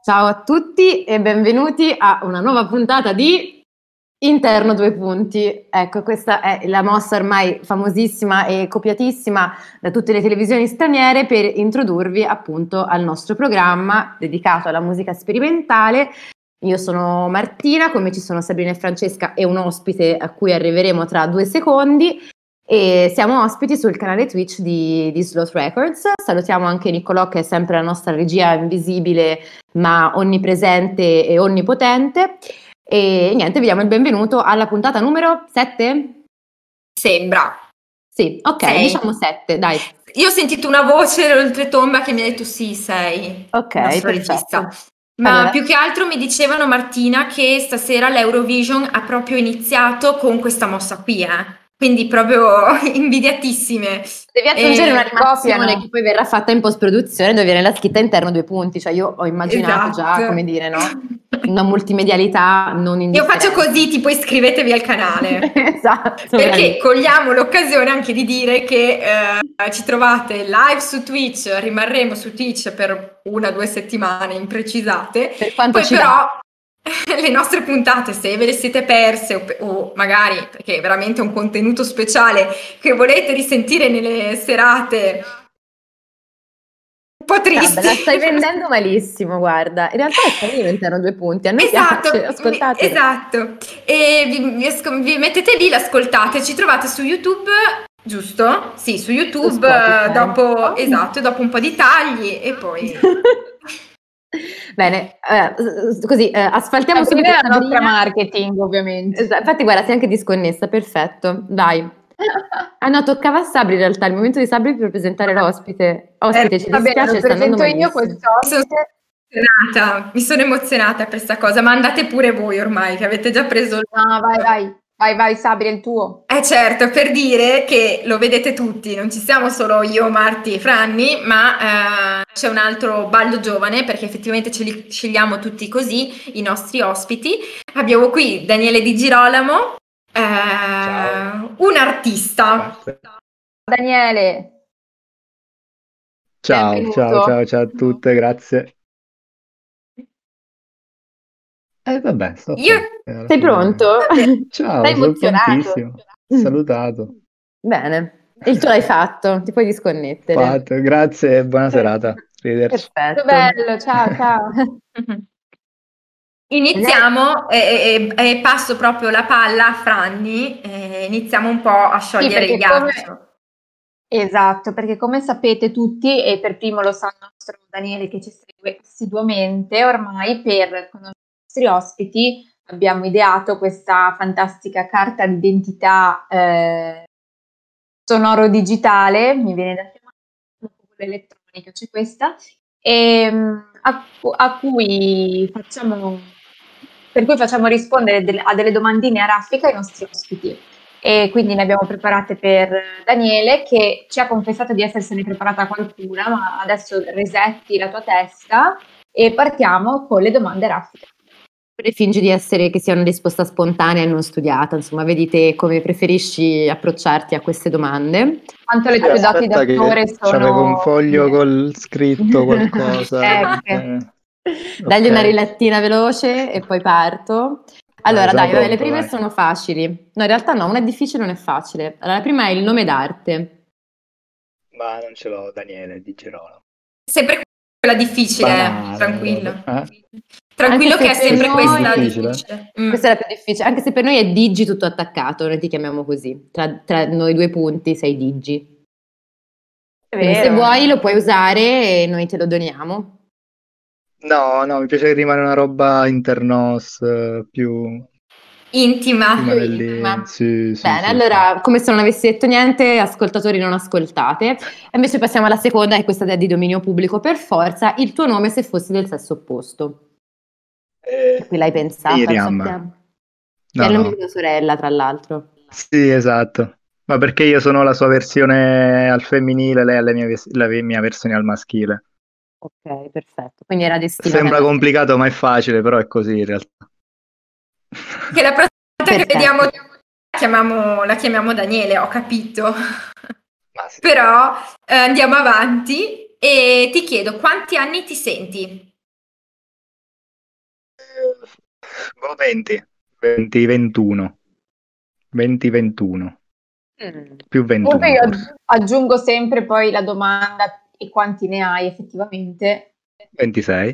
Ciao a tutti e benvenuti a una nuova puntata di Interno Due Punti. Ecco, questa è la mossa ormai famosissima e copiatissima da tutte le televisioni straniere per introdurvi appunto al nostro programma dedicato alla musica sperimentale. Io sono Martina, come ci sono Sabrina e Francesca e un ospite a cui arriveremo tra 2 secondi. E siamo ospiti sul canale Twitch di Sloth Records. Salutiamo anche Niccolò, che è sempre la nostra regia invisibile ma onnipresente e onnipotente. E niente, vi diamo il benvenuto alla puntata numero 7? Sembra. Sì, ok, 6. diciamo 7, dai. Io ho sentito una voce oltretomba che mi ha detto sì, 6. Ok, il nostro perfetto. regista. Ma Allora, più che altro mi dicevano, Martina, che stasera l'Eurovision ha proprio iniziato con questa mossa qui, quindi proprio invidiatissime. devi aggiungere un'animazione copiano. che poi verrà fatta in post-produzione dove viene la scritta interno 2 punti, cioè io ho immaginato già, Esatto. come dire, no? Una multimedialità non Io indifferente. faccio così, tipo iscrivetevi al canale. Esatto. Perché cogliamo l'occasione anche di dire che ci trovate live su Twitch, rimarremo su Twitch per 1 o 2 settimane imprecisate. Per quanto Poi ci però le nostre puntate, se ve le siete perse o magari perché è veramente un contenuto speciale che volete risentire nelle serate un po' tristi. Vabbè, la stai vendendo malissimo, guarda. In realtà è carino interno 2 punti, a noi piace, ascoltatelo. Esatto. E vi mettete lì, l'ascoltate, ci trovate su YouTube, giusto? Sì, su YouTube, Spotify. dopo un po' di tagli e poi... Bene, così asfaltiamo Sabrina subito è la nostra Sabrina. marketing, ovviamente. Infatti, guarda, sei anche disconnessa, perfetto. Vai. Ah no, toccava a Sabri in realtà, il momento di Sabri per presentare l'ospite. Ospite, ci Va bene, dispiace, lo sta andando presento io malissimo. questo ospite. Mi sono emozionata per questa cosa, ma andate pure voi ormai, che avete già preso il... No, vai, Sabri, è il tuo. Certo, per dire che lo vedete tutti, non ci siamo solo io, Marti e Franni, ma c'è un altro baldo giovane, perché effettivamente ce li scegliamo tutti così, i nostri ospiti. Abbiamo qui Daniele Di Girolamo, un artista. Daniele. Ciao Benvenuto. a tutte, grazie. Vabbè, sto Io... qua, alla Sei fine. pronto? Ciao, Sei sono emozionato? prontissimo. Salutato. Bene, il tuo l'hai fatto, ti puoi disconnettere. Fatto, grazie e buona serata. Arrivederci. Perfetto. Che bello, ciao. Iniziamo e passo proprio la palla a Franni, iniziamo un po' a sciogliere il ghiaccio. Esatto, perché come sapete tutti, e per primo lo sa il nostro Daniele che ci segue assiduamente, ormai per conoscere i nostri ospiti abbiamo ideato questa fantastica carta d'identità sonoro digitale, mi viene da chiamare, dopo quella elettronica c'è questa, per cui facciamo rispondere a delle domandine a raffica ai nostri ospiti. E quindi ne abbiamo preparate per Daniele, che ci ha confessato di essersene preparata qualcuna, ma adesso resetti la tua testa e partiamo con le domande raffiche. Fingi di essere che sia una risposta spontanea e non studiata, insomma, vedi te come preferisci approcciarti a queste domande. Quanto le tue doti Aspetta che d'attore sono... c'avevo un foglio col scritto qualcosa. Dagli Ok. una rilettina veloce e poi parto. Allora, Vai, sono dai, vabbè, le pronto, prime vai. sono facili. No, in realtà no, una è difficile, una è facile. Allora, la prima è il nome d'arte. Ma non ce l'ho, Daniele Di Girolamo. Sempre quella difficile, Banale, tranquillo. proprio. Tranquillo Anche che è se per sempre noi- questa Difficile? difficile. Questa è la più difficile, anche se per noi è Digi tutto attaccato, noi ti chiamiamo così. Tra noi 2 punti sei Digi. È Quindi se vero. vuoi lo puoi usare e noi te lo doniamo. No, mi piace che rimane una roba internos più Intima. rimane lì. Intima. Sì, Bene, sì. allora, come se non avessi detto niente, ascoltatori non ascoltate. E invece passiamo alla seconda, che questa è di dominio pubblico per forza. Il tuo nome se fossi del sesso opposto. Qui l'hai pensata, lo Miriam. sappiamo. Che è il No, nome no. di tua sorella, tra l'altro. Sì, esatto. Ma perché io sono la sua versione al femminile, lei è la mia versione al maschile. Ok, perfetto. Quindi era destinato Sembra a complicato, ma è facile, però è così in realtà. Che la prossima volta che Perfetto. vediamo la chiamiamo Daniele, ho capito. Ma sì. Però andiamo avanti e ti chiedo quanti anni ti senti? Boh, 20, 20, 21, 20, 21, più Comunque 21 io forse, aggiungo sempre poi la domanda e quanti ne hai effettivamente. 26.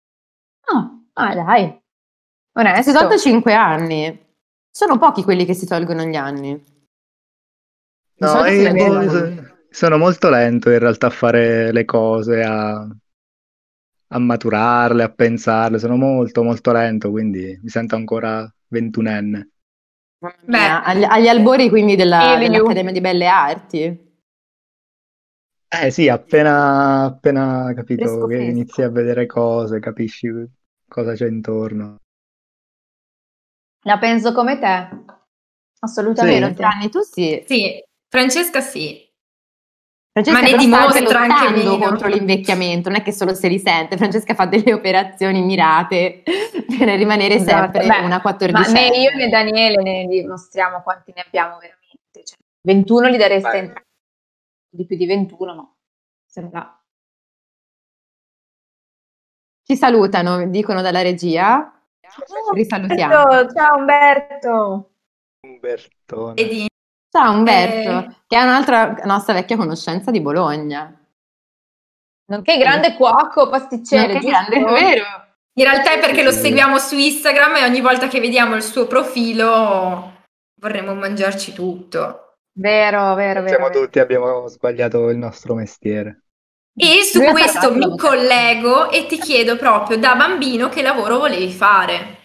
Dai, Ti sei tolto onesto. 5 anni. Sono pochi quelli che si tolgono gli anni. Di No, solito se ne Vero. sono molto lento in realtà a fare le cose, a maturarle, a pensarle, sono molto molto lento, quindi mi sento ancora ventunenne. Mamma Beh, mia, agli albori quindi Feel you. dell'Accademia di Belle Arti. Eh sì, appena capito Fresco che inizi a fresco. vedere cose, capisci cosa c'è intorno. La penso come te. Vero, Sì, Assolutamente. Franny, tu sì. sì, Francesca sì, ma Francesca ne però sta anche dimostra anche lottando contro meno. l'invecchiamento, non è che solo se risente. Francesca fa delle operazioni mirate per rimanere Esatto. sempre Beh, una ma né io quattordicenne. né Daniele ne dimostriamo quanti ne abbiamo veramente. Cioè, 21 li dareste beh, entrambi, di più di 21 no. Sono là. Ci salutano, dicono dalla regia. Oh, Risalutiamo. Umberto, ciao Umberto. Umbertone. Vedi? Ciao Eh, Umberto, che è un'altra nostra vecchia conoscenza di Bologna. Nonché grande cuoco, pasticcere, Nonché grande, è giusto? vero? in realtà è Sì, sì, perché lo sì, sì. seguiamo su Instagram e ogni volta che vediamo il suo profilo vorremmo mangiarci tutto. Vero, vero, vero, Siamo vero. tutti, abbiamo sbagliato il nostro mestiere. E su Lui ha questo trovato la mi vocazione. collego e ti chiedo proprio da bambino che lavoro volevi fare.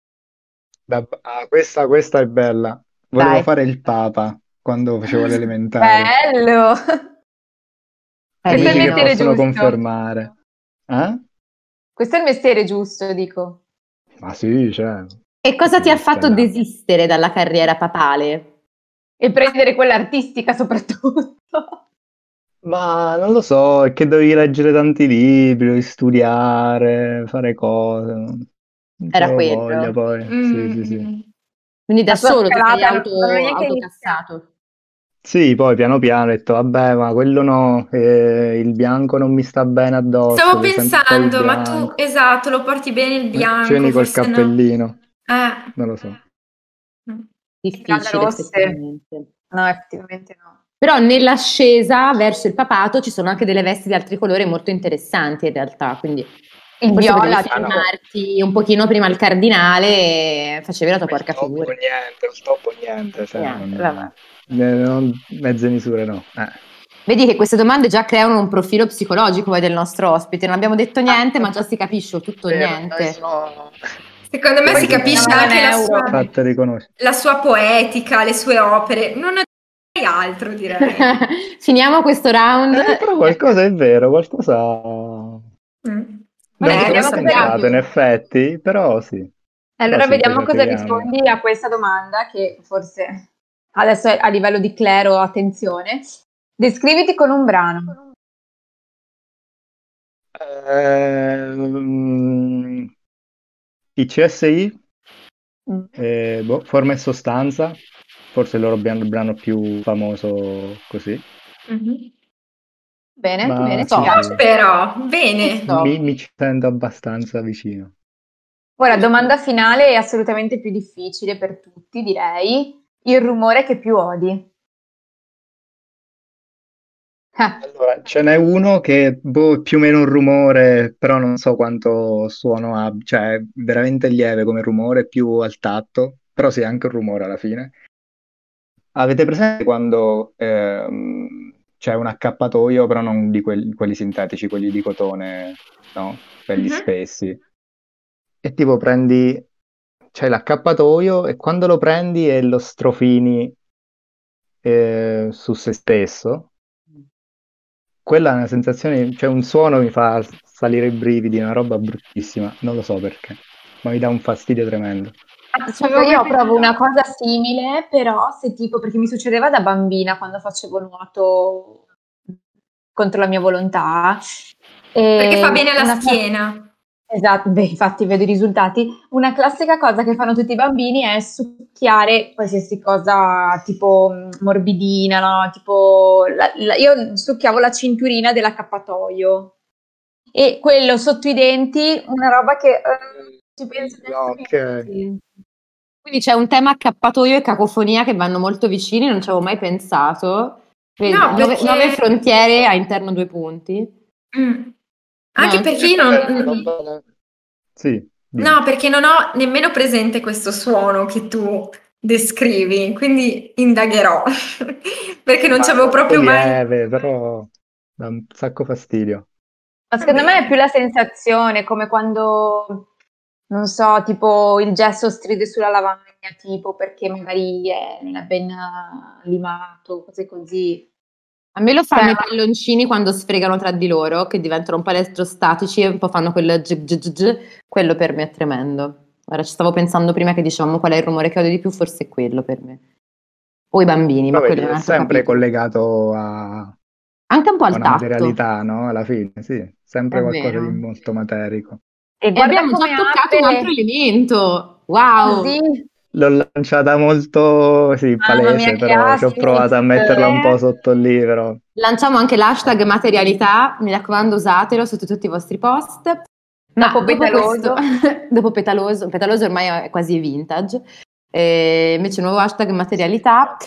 Questa è bella. Volevo Dai, fare il papa quando facevo le elementari. Bello! Questo è il Amici che carino. mestiere possono giusto. confermare. Eh? Questo è il mestiere giusto, dico. Ma sì, cioè, E cosa ti ha esiste fatto là. desistere dalla carriera papale? E prendere quella artistica soprattutto. Ma non lo so, è che dovevi leggere tanti libri, devi studiare, fare cose. Non Era c'avevo voglia quello. poi. Sì, sì, sì. Mm. Quindi da La tua solo ti sei scalata non è neanche iniziata. autocassato. Sì, poi piano piano ho detto, vabbè, ma quello no, il bianco non mi sta bene addosso, Stavo devo sempre fare il pensando, ma tu, bianco. esatto, lo porti bene il bianco, Ceni col forse no. cappellino, Eh. non lo so. Gialle Difficile rosse? effettivamente. No, effettivamente no. Però nell'ascesa verso il papato ci sono anche delle vesti di altri colori molto interessanti in realtà, quindi Il forse potevi viola, Ah no, tipo. fermarti un pochino prima al cardinale e facevi la tua porca figura. il top o niente, cioè, Niente, vabbè. mezze misure no. Vedi che queste domande già creano un profilo psicologico poi del nostro ospite. Non abbiamo detto niente, ma già si capisce tutto o Vero, dai, niente. Secondo me Poi si mi ti sono capisce chiamano la anche neuro. fatte riconoscere. la sua poetica, le sue opere. Non aggiungerei altro, direi. Finiamo questo round. Però qualcosa è vero, qualcosa Mm. non Guarda ci che ho mai Vediamo questo è cosa pensato in proprio. effetti, però Allora sì, poi ci vediamo cosa arriviamo. rispondi a questa domanda che forse adesso è a livello di clero, attenzione. Descriviti con un brano. Ehm, I CSI, Mm. boh, Forma e Sostanza, forse il loro brano più famoso così, Mhm. Bene, ma bene, ci sì, Stop. piace. sì, Però, bene. Stop. mi ci sento abbastanza vicino. Ora, domanda finale è assolutamente più difficile per tutti, direi. Il rumore che più odi. Ah, Allora, ce n'è uno che boh, è più o meno un rumore, però non so quanto suono ha, cioè è veramente lieve come rumore, più al tatto, però sì, è anche un rumore alla fine. Avete presente quando c'è un accappatoio, però non di quelli sintetici, quelli di cotone, no? Belli Mhm. spessi. E tipo prendi, c'è l'accappatoio e quando lo prendi e lo strofini su se stesso, quella è una sensazione, cioè un suono mi fa salire i brividi, è una roba bruttissima, non lo so perché, ma mi dà un fastidio tremendo. io provo una cosa simile, però se tipo, perché mi succedeva da bambina quando facevo nuoto contro la mia volontà, Perché fa e bene alla schiena. esatto, beh, infatti vedo i risultati. Una classica cosa che fanno tutti i bambini è succhiare qualsiasi cosa tipo morbidina, no? Tipo, io succhiavo la cinturina dell'accappatoio e quello sotto i denti, una roba che Ci penso No, adesso. ok. Sì. Quindi c'è un tema accappatoio e cacofonia che vanno molto vicini, non ci avevo mai pensato. Vedi, No, nove perché... frontiere a interno 2 punti. Mm. No, Anche non perché sapevo. io Non non... vale. Sì, dimmi. No, perché non ho nemmeno presente questo suono che tu descrivi, quindi indagherò, perché non Ma ci è avevo molto proprio mai... lieve, però dà un sacco fastidio. Ma Va secondo me è più bene. la sensazione, come quando, non so, tipo il gesso stride sulla lavagna, tipo perché magari non è ben limato, cose così. A me lo Cioè, fanno i palloncini quando sfregano tra di loro, che diventano un po' elettrostatici e un po' fanno quel quello per me è tremendo. Ora ci stavo pensando prima che dicevamo qual è il rumore che odio di più, forse è quello per me. O i bambini, ma Però quello vedi, è un è altro sempre capitolo. collegato a Anche un po' al una tatto, materialità, no? Alla fine, sì, sempre è qualcosa di vero. molto materico. e E guarda abbiamo già come toccato un altro apre, elemento. così, Wow! L'ho lanciata molto, sì, mamma mia palese, che però ci ho provato a assist, metterla un po' sotto lì, però... Lanciamo anche l'hashtag materialità, mi raccomando usatelo sotto tutti i vostri post. Ma dopo dopo questo, petaloso. dopo petaloso, petaloso ormai è quasi vintage, invece nuovo hashtag Sì, materialità.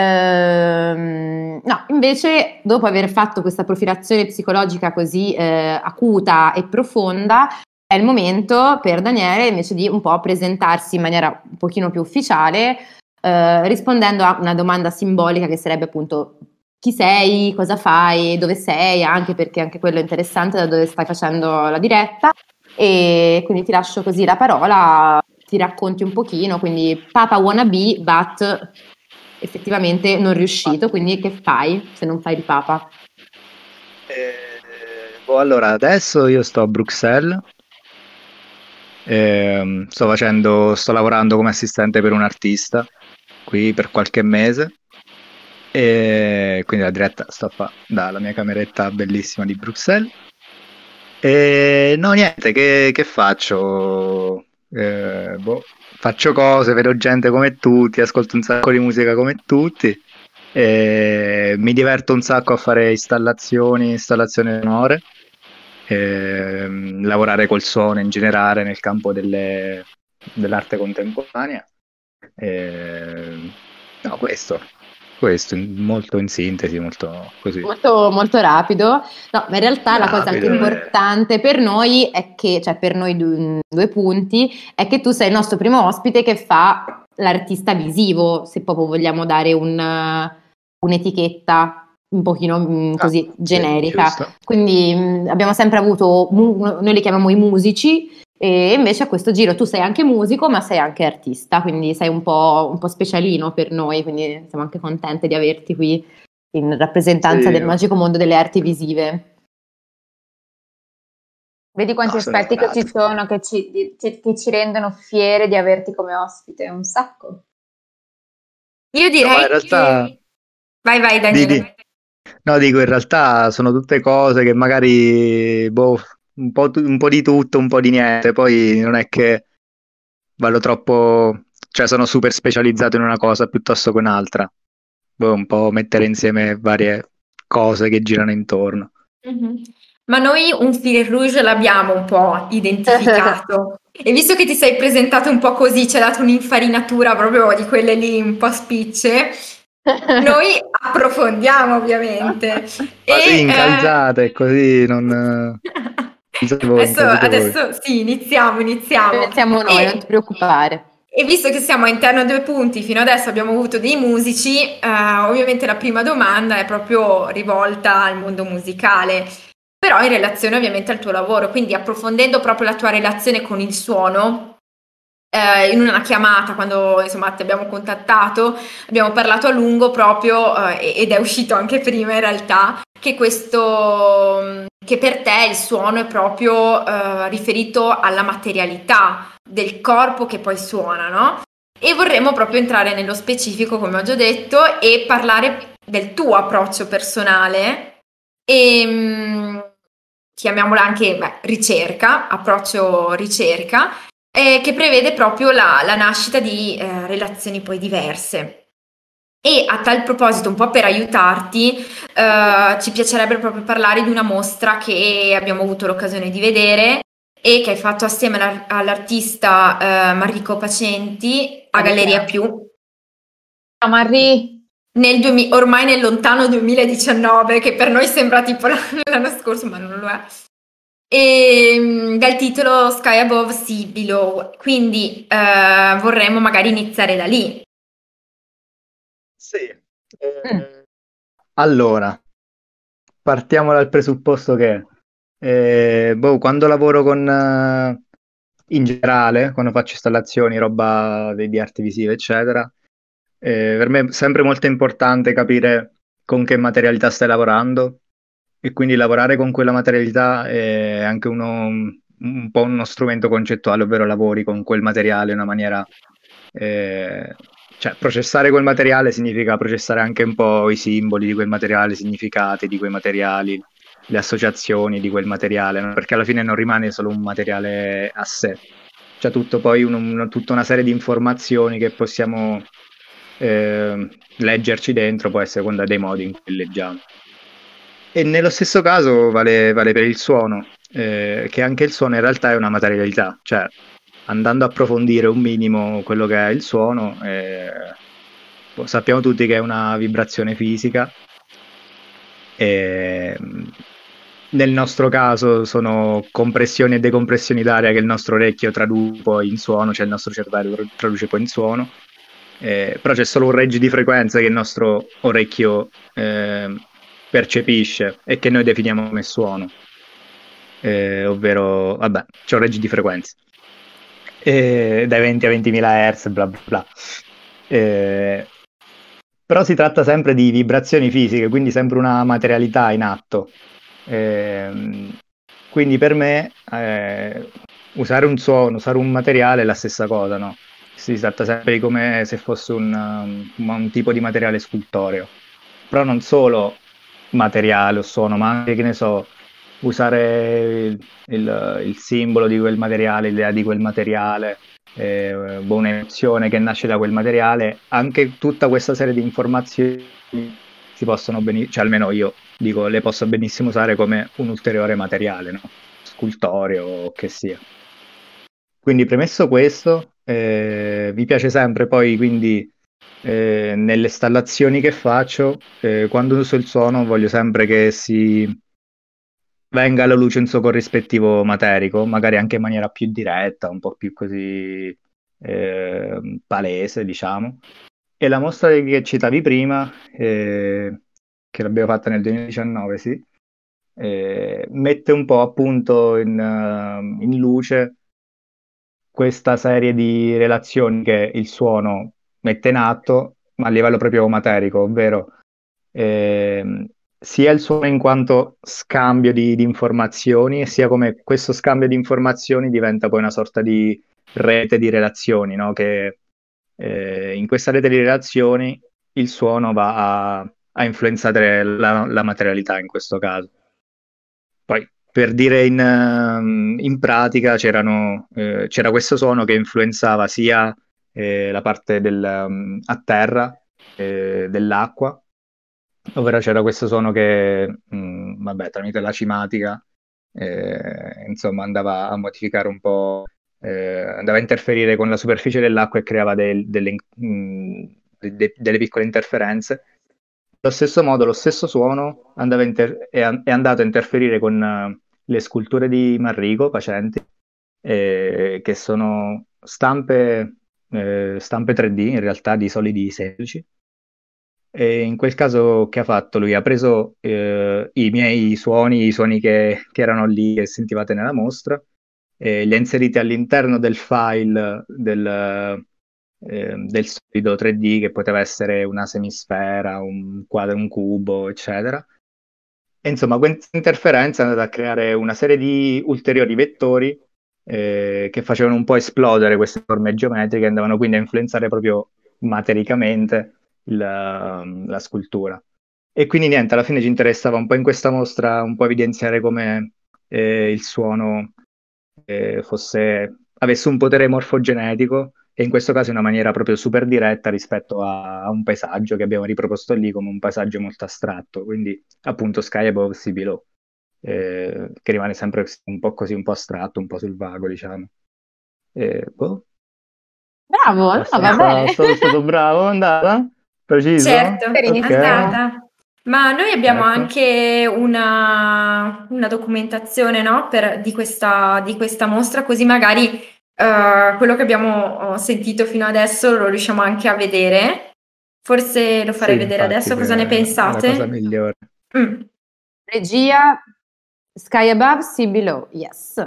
No, invece dopo aver fatto questa profilazione psicologica così acuta e profonda, è il momento per Daniele invece di un po' presentarsi in maniera un pochino più ufficiale, rispondendo a una domanda simbolica che sarebbe appunto chi sei, cosa fai, dove sei, anche perché anche quello è interessante da dove stai facendo la diretta. E quindi ti lascio così la parola, ti racconti un pochino, quindi Papa wannabe, but effettivamente non riuscito, quindi che fai se non fai il Papa? boh, allora, adesso io sto a Bruxelles, sto lavorando come assistente per un artista qui per qualche mese e quindi la diretta sto a fare dalla mia cameretta bellissima di Bruxelles. E no, niente, che faccio? Boh, faccio cose, vedo gente come tutti, ascolto un sacco di musica come tutti, e mi diverto un sacco a fare installazioni sonore, lavorare col suono in generale nel campo dell'arte contemporanea. No, questo molto in sintesi, molto così. Molto, molto rapido, no, ma in realtà la cosa anche Rapido. importante per noi è che, cioè per noi 2 punti, è che tu sei il nostro primo ospite che fa l'artista visivo, se proprio vogliamo dare un'etichetta un pochino Ah, così sì, generica. giusto. Quindi abbiamo sempre avuto, noi li chiamiamo i musici, e invece a questo giro tu sei anche musico, ma sei anche artista, quindi sei un po' specialino per noi, quindi siamo anche contente di averti qui in rappresentanza Sì, del magico mondo delle arti visive. Vedi quanti no, sono aspetti che ci onorato. sono, che ci rendono fiere di averti come ospite, un sacco. Io No, ma in direi realtà, che... Vai, vai, di. Daniele. No, dico, in realtà sono tutte cose che magari, boh, un po' di tutto, un po' di niente, poi non è che vado troppo, cioè sono super specializzato in una cosa piuttosto che un'altra, boh, un po' mettere insieme varie cose che girano intorno. Mhm. Ma noi un fil rouge l'abbiamo un po' identificato. E visto che ti sei presentato un po' così, ci hai dato un'infarinatura proprio di quelle lì un po' spicce, noi approfondiamo ovviamente. Ma sì, E incalzate, così incalzate voi, adesso, incalzate voi. adesso sì, iniziamo. Siamo noi, non ti E, preoccupare. e visto che siamo all'interno a 2 punti, fino adesso abbiamo avuto dei musici, ovviamente la prima domanda è proprio rivolta al mondo musicale, però in relazione ovviamente al tuo lavoro, quindi approfondendo proprio la tua relazione con il suono. In una chiamata, quando insomma ti abbiamo contattato, abbiamo parlato a lungo proprio, ed è uscito anche prima in realtà, che che per te il suono è proprio riferito alla materialità del corpo che poi suona, no? E vorremmo proprio entrare nello specifico, come ho già detto, e parlare del tuo approccio personale e chiamiamola anche ricerca, approccio ricerca, che prevede proprio la nascita di relazioni poi diverse. E a tal proposito, un po' per aiutarti, ci piacerebbe proprio parlare di una mostra che abbiamo avuto l'occasione di vedere, e che hai fatto assieme all'artista Marrico Pacenti a Galleria Più. Ciao Marri. Ormai nel lontano 2019, che per noi sembra tipo l'anno scorso, ma non lo è. E dal titolo Sky Above, Sea Below. Quindi vorremmo magari iniziare da lì. Sì. Allora, partiamo dal presupposto che quando lavoro in generale, quando faccio installazioni, roba di arti visive, eccetera, per me è sempre molto importante capire con che materialità stai lavorando e quindi lavorare con quella materialità è anche un po' uno strumento concettuale, ovvero lavori con quel materiale in una maniera... cioè, processare quel materiale significa processare anche un po' i simboli di quel materiale, i significati di quei materiali, le associazioni di quel materiale, no? Perché alla fine non rimane solo un materiale a sé, c'è tutto poi tutta una serie di informazioni che possiamo leggerci dentro, poi a seconda dei modi in cui leggiamo. E nello stesso caso vale per il suono, che anche il suono in realtà è una materialità, cioè andando a approfondire un minimo quello che è il suono, sappiamo tutti che è una vibrazione fisica. Nel nostro caso sono compressioni e decompressioni d'aria che il nostro orecchio traduce poi in suono, cioè il nostro cervello traduce poi in suono. Però c'è solo un range di frequenze che il nostro orecchio percepisce e che noi definiamo come suono, ovvero, vabbè, c'è un range di frequenze dai 20 a 20.000 Hz, bla bla bla. Però si tratta sempre di vibrazioni fisiche, quindi sempre una materialità in atto. Quindi per me usare un suono, usare un materiale è la stessa cosa, no? Si tratta sempre di come se fosse un tipo di materiale scultoreo. Però non solo materiale o suono, ma anche, che ne so, usare il simbolo di quel materiale, l'idea di quel materiale, un'emozione che nasce da quel materiale, anche tutta questa serie di informazioni si possono cioè almeno io dico, le posso benissimo usare come un ulteriore materiale, no? Scultoreo o che sia. Quindi premesso questo, mi piace sempre poi quindi nelle installazioni che faccio, quando uso il suono voglio sempre che si venga alla luce un suo corrispettivo materico, magari anche in maniera più diretta, un po' più così palese, diciamo. E la mostra che citavi prima, che l'abbiamo fatta nel 2019, sì, mette un po' appunto in luce questa serie di relazioni che il suono mette in atto, ma a livello proprio materico, ovvero sia il suono in quanto scambio di informazioni, sia come questo scambio di informazioni diventa poi una sorta di rete di relazioni, no? Che in questa rete di relazioni il suono va a influenzare la materialità in questo caso. Poi per dire in pratica c'era questo suono che influenzava sia la parte a terra dell'acqua, ovvero c'era questo suono che vabbè, tramite la cimatica insomma andava a modificare un po', andava a interferire con la superficie dell'acqua e creava delle piccole interferenze. Allo stesso modo, lo stesso suono è andato a interferire con le sculture di Manrico Pacenti, che sono stampe 3D, in realtà di solidi semplici. E in quel caso che ha fatto? Lui ha preso i miei suoni, i suoni che erano lì e sentivate nella mostra, e li ha inseriti all'interno del file del solido 3D, che poteva essere una semisfera, un quadro, un cubo, eccetera. E insomma, questa interferenza è andata a creare una serie di ulteriori vettori che facevano un po' esplodere queste forme geometriche e andavano quindi a influenzare proprio matericamente la scultura. E quindi niente, alla fine ci interessava un po' in questa mostra un po' evidenziare come il suono avesse un potere morfogenetico, e in questo caso in una maniera proprio super diretta rispetto a un paesaggio che abbiamo riproposto lì come un paesaggio molto astratto, quindi appunto Sky Above, Sea Below. che rimane sempre un po' così, un po' astratto, un po' sul vago, diciamo. Boh, Bravo, no, va bene. sono stato bravo, è andata? Preciso? Certo, è Ok. stata. Ma noi abbiamo Ecco. anche una documentazione, no, di questa mostra, così magari quello che abbiamo sentito fino adesso lo riusciamo anche a vedere. Forse lo farei Sì, vedere infatti, adesso, cosa ne è la cosa pensate? migliore. Mm. Regia, sky above, sea below. Yes.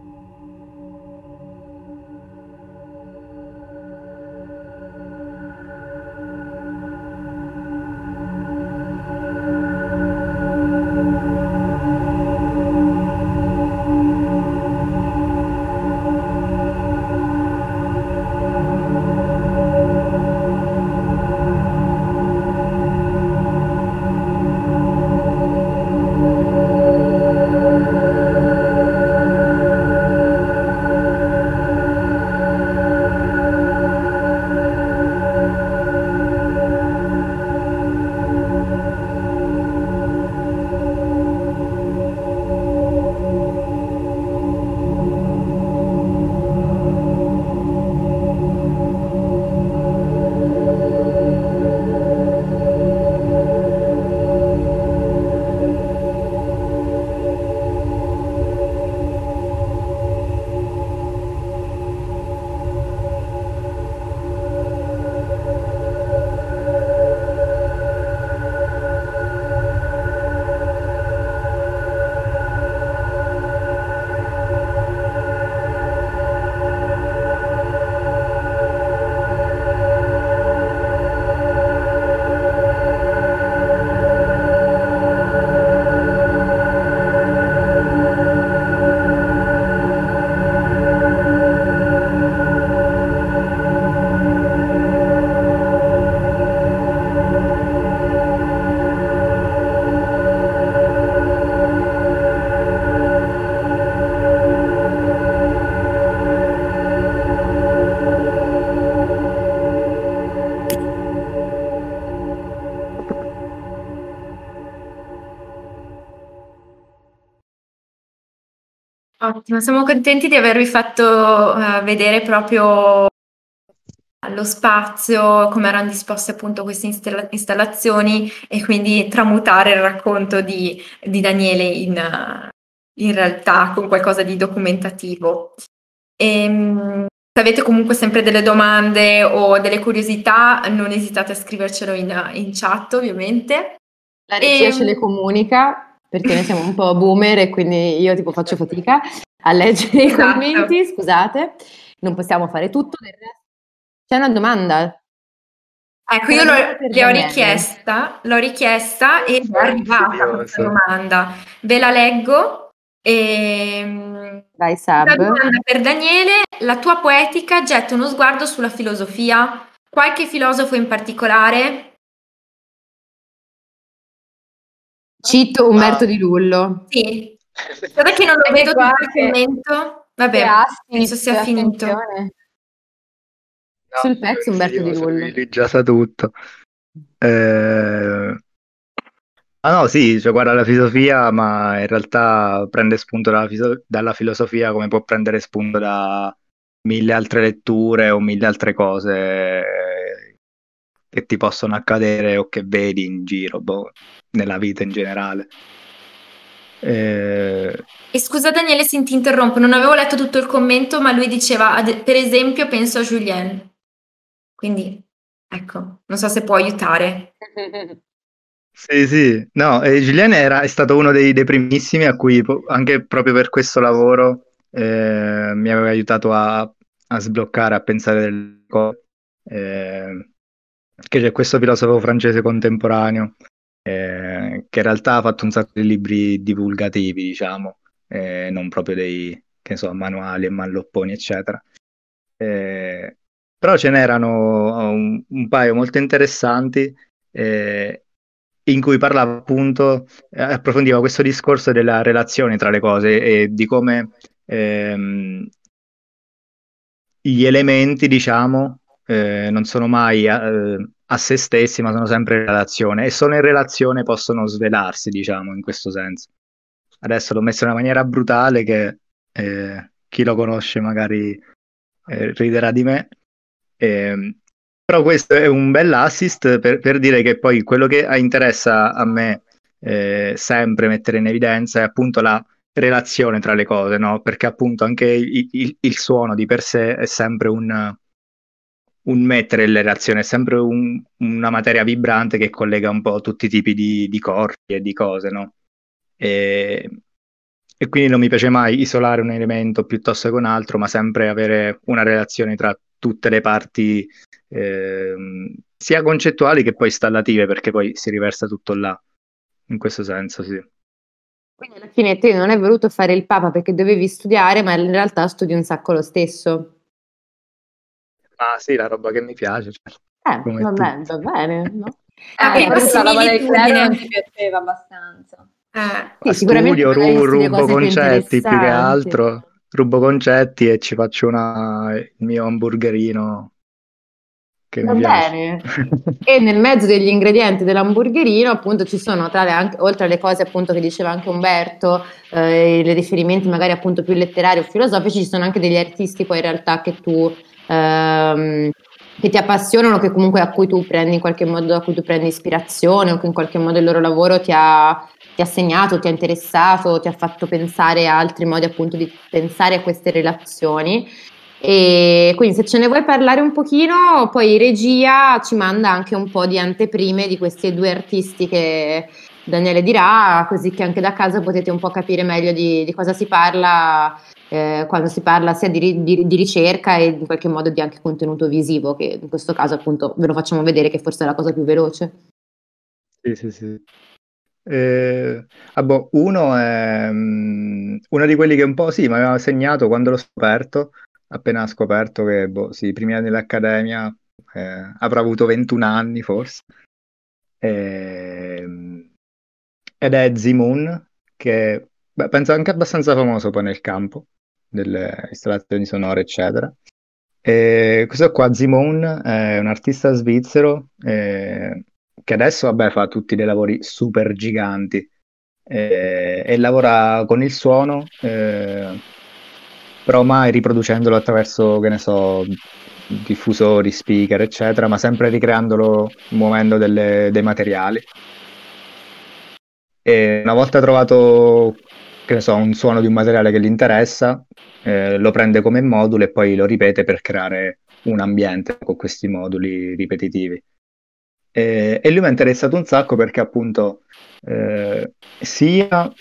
Ottimo, siamo contenti di avervi fatto vedere proprio allo spazio come erano disposte appunto queste installazioni e quindi tramutare il racconto di Daniele in realtà con qualcosa di documentativo. Se avete comunque sempre delle domande o delle curiosità, non esitate a scrivercelo in chat, ovviamente. La regia ce le comunica perché noi siamo un po' boomer e quindi io tipo faccio fatica a leggere i Esatto. commenti, scusate, non possiamo fare tutto. Del resto. C'è una domanda. Ecco, C'è io una domanda per l'ho Daniele. richiesta ed è arrivata questa domanda. Ve la leggo. Vai, La Sab. domanda per Daniele: la tua poetica getta uno sguardo sulla filosofia? Qualche filosofo in particolare? Cito Umberto Di Lullo. Sì. Guarda che non lo Anche vedo qua tutto il che commento. Vabbè, assist, penso sia finito. attenzione. Sul pezzo Umberto Di Lullo. Lì già sa tutto. Ah no, sì, cioè guarda la filosofia, ma in realtà prende spunto dalla filosofia come può prendere spunto da mille altre letture o mille altre cose che ti possono accadere o che vedi in giro, boh, nella vita in generale. E scusa Daniele se ti interrompo, non avevo letto tutto il commento, ma lui diceva, per esempio, penso a Julien. Quindi, ecco, non so se può aiutare. Sì, sì, no, Julien è stato uno dei primissimi a cui anche proprio per questo lavoro mi aveva aiutato a sbloccare, a pensare delle cose. Che c'è questo filosofo francese contemporaneo che in realtà ha fatto un sacco di libri divulgativi, diciamo, non proprio dei, che ne so, manuali e mallopponi, eccetera. Però ce n'erano un paio molto interessanti in cui parlava appunto, approfondiva questo discorso della relazione tra le cose e di come gli elementi, diciamo, non sono mai a se stessi, ma sono sempre in relazione e solo in relazione possono svelarsi, diciamo, in questo senso. adesso l'ho messo in una maniera brutale che chi lo conosce magari riderà di me. Però questo è un bel assist per dire che poi quello che interessa a me sempre mettere in evidenza è appunto la relazione tra le cose, no? Perché appunto anche il suono di per sé è sempre un mettere in relazione, è sempre una materia vibrante che collega un po' tutti i tipi di corpi e di cose, no? E, e quindi non mi piace mai isolare un elemento piuttosto che un altro, ma sempre avere una relazione tra tutte le parti, sia concettuali che poi installative, perché poi si riversa tutto là, in questo senso, sì. Quindi alla fine te non hai voluto fare il Papa perché dovevi studiare, ma in realtà studi un sacco lo stesso. Ah sì, la roba che mi piace, certo, come Vabbè, tutti. va bene, no? Che Forse la roba del similitudine. clero non ti piaceva abbastanza. Sì, sicuramente Studio, magari studi le rubo cose più concetti più che interessanti. altro, rubo concetti e ci faccio il mio hamburgerino che Va mi piace. bene. E nel mezzo degli ingredienti dell'hamburgerino, appunto, ci sono oltre alle cose appunto che diceva anche Umberto, i riferimenti magari appunto più letterari o filosofici, ci sono anche degli artisti poi in realtà che che ti appassionano, che comunque a cui tu prendi in qualche modo, a cui tu prendi ispirazione, o che in qualche modo il loro lavoro ti ha segnato, ti ha interessato, ti ha fatto pensare a altri modi appunto di pensare a queste relazioni. E quindi se ce ne vuoi parlare un pochino, poi regia ci manda anche un po' di anteprime di questi due artisti che Daniele dirà, così che anche da casa potete un po' capire meglio di cosa si parla quando si parla sia di ricerca e in qualche modo di anche contenuto visivo, che in questo caso appunto ve lo facciamo vedere che forse è la cosa più veloce. Sì. Uno è uno di quelli che un po' sì, mi aveva segnato quando l'ho scoperto, appena scoperto che sì, i primi anni dell'accademia, avrà avuto 21 anni forse. Ed è Zimoon, che penso anche abbastanza famoso poi nel campo delle installazioni sonore, eccetera. E questo qua, Zimoon, è un artista svizzero che adesso, vabbè, fa tutti dei lavori super giganti e lavora con il suono, però mai riproducendolo attraverso, che ne so, diffusori, speaker, eccetera, ma sempre ricreandolo muovendo dei materiali. E una volta trovato, che ne so, un suono di un materiale che gli interessa, lo prende come modulo e poi lo ripete per creare un ambiente con questi moduli ripetitivi. E lui mi è interessato un sacco perché appunto sia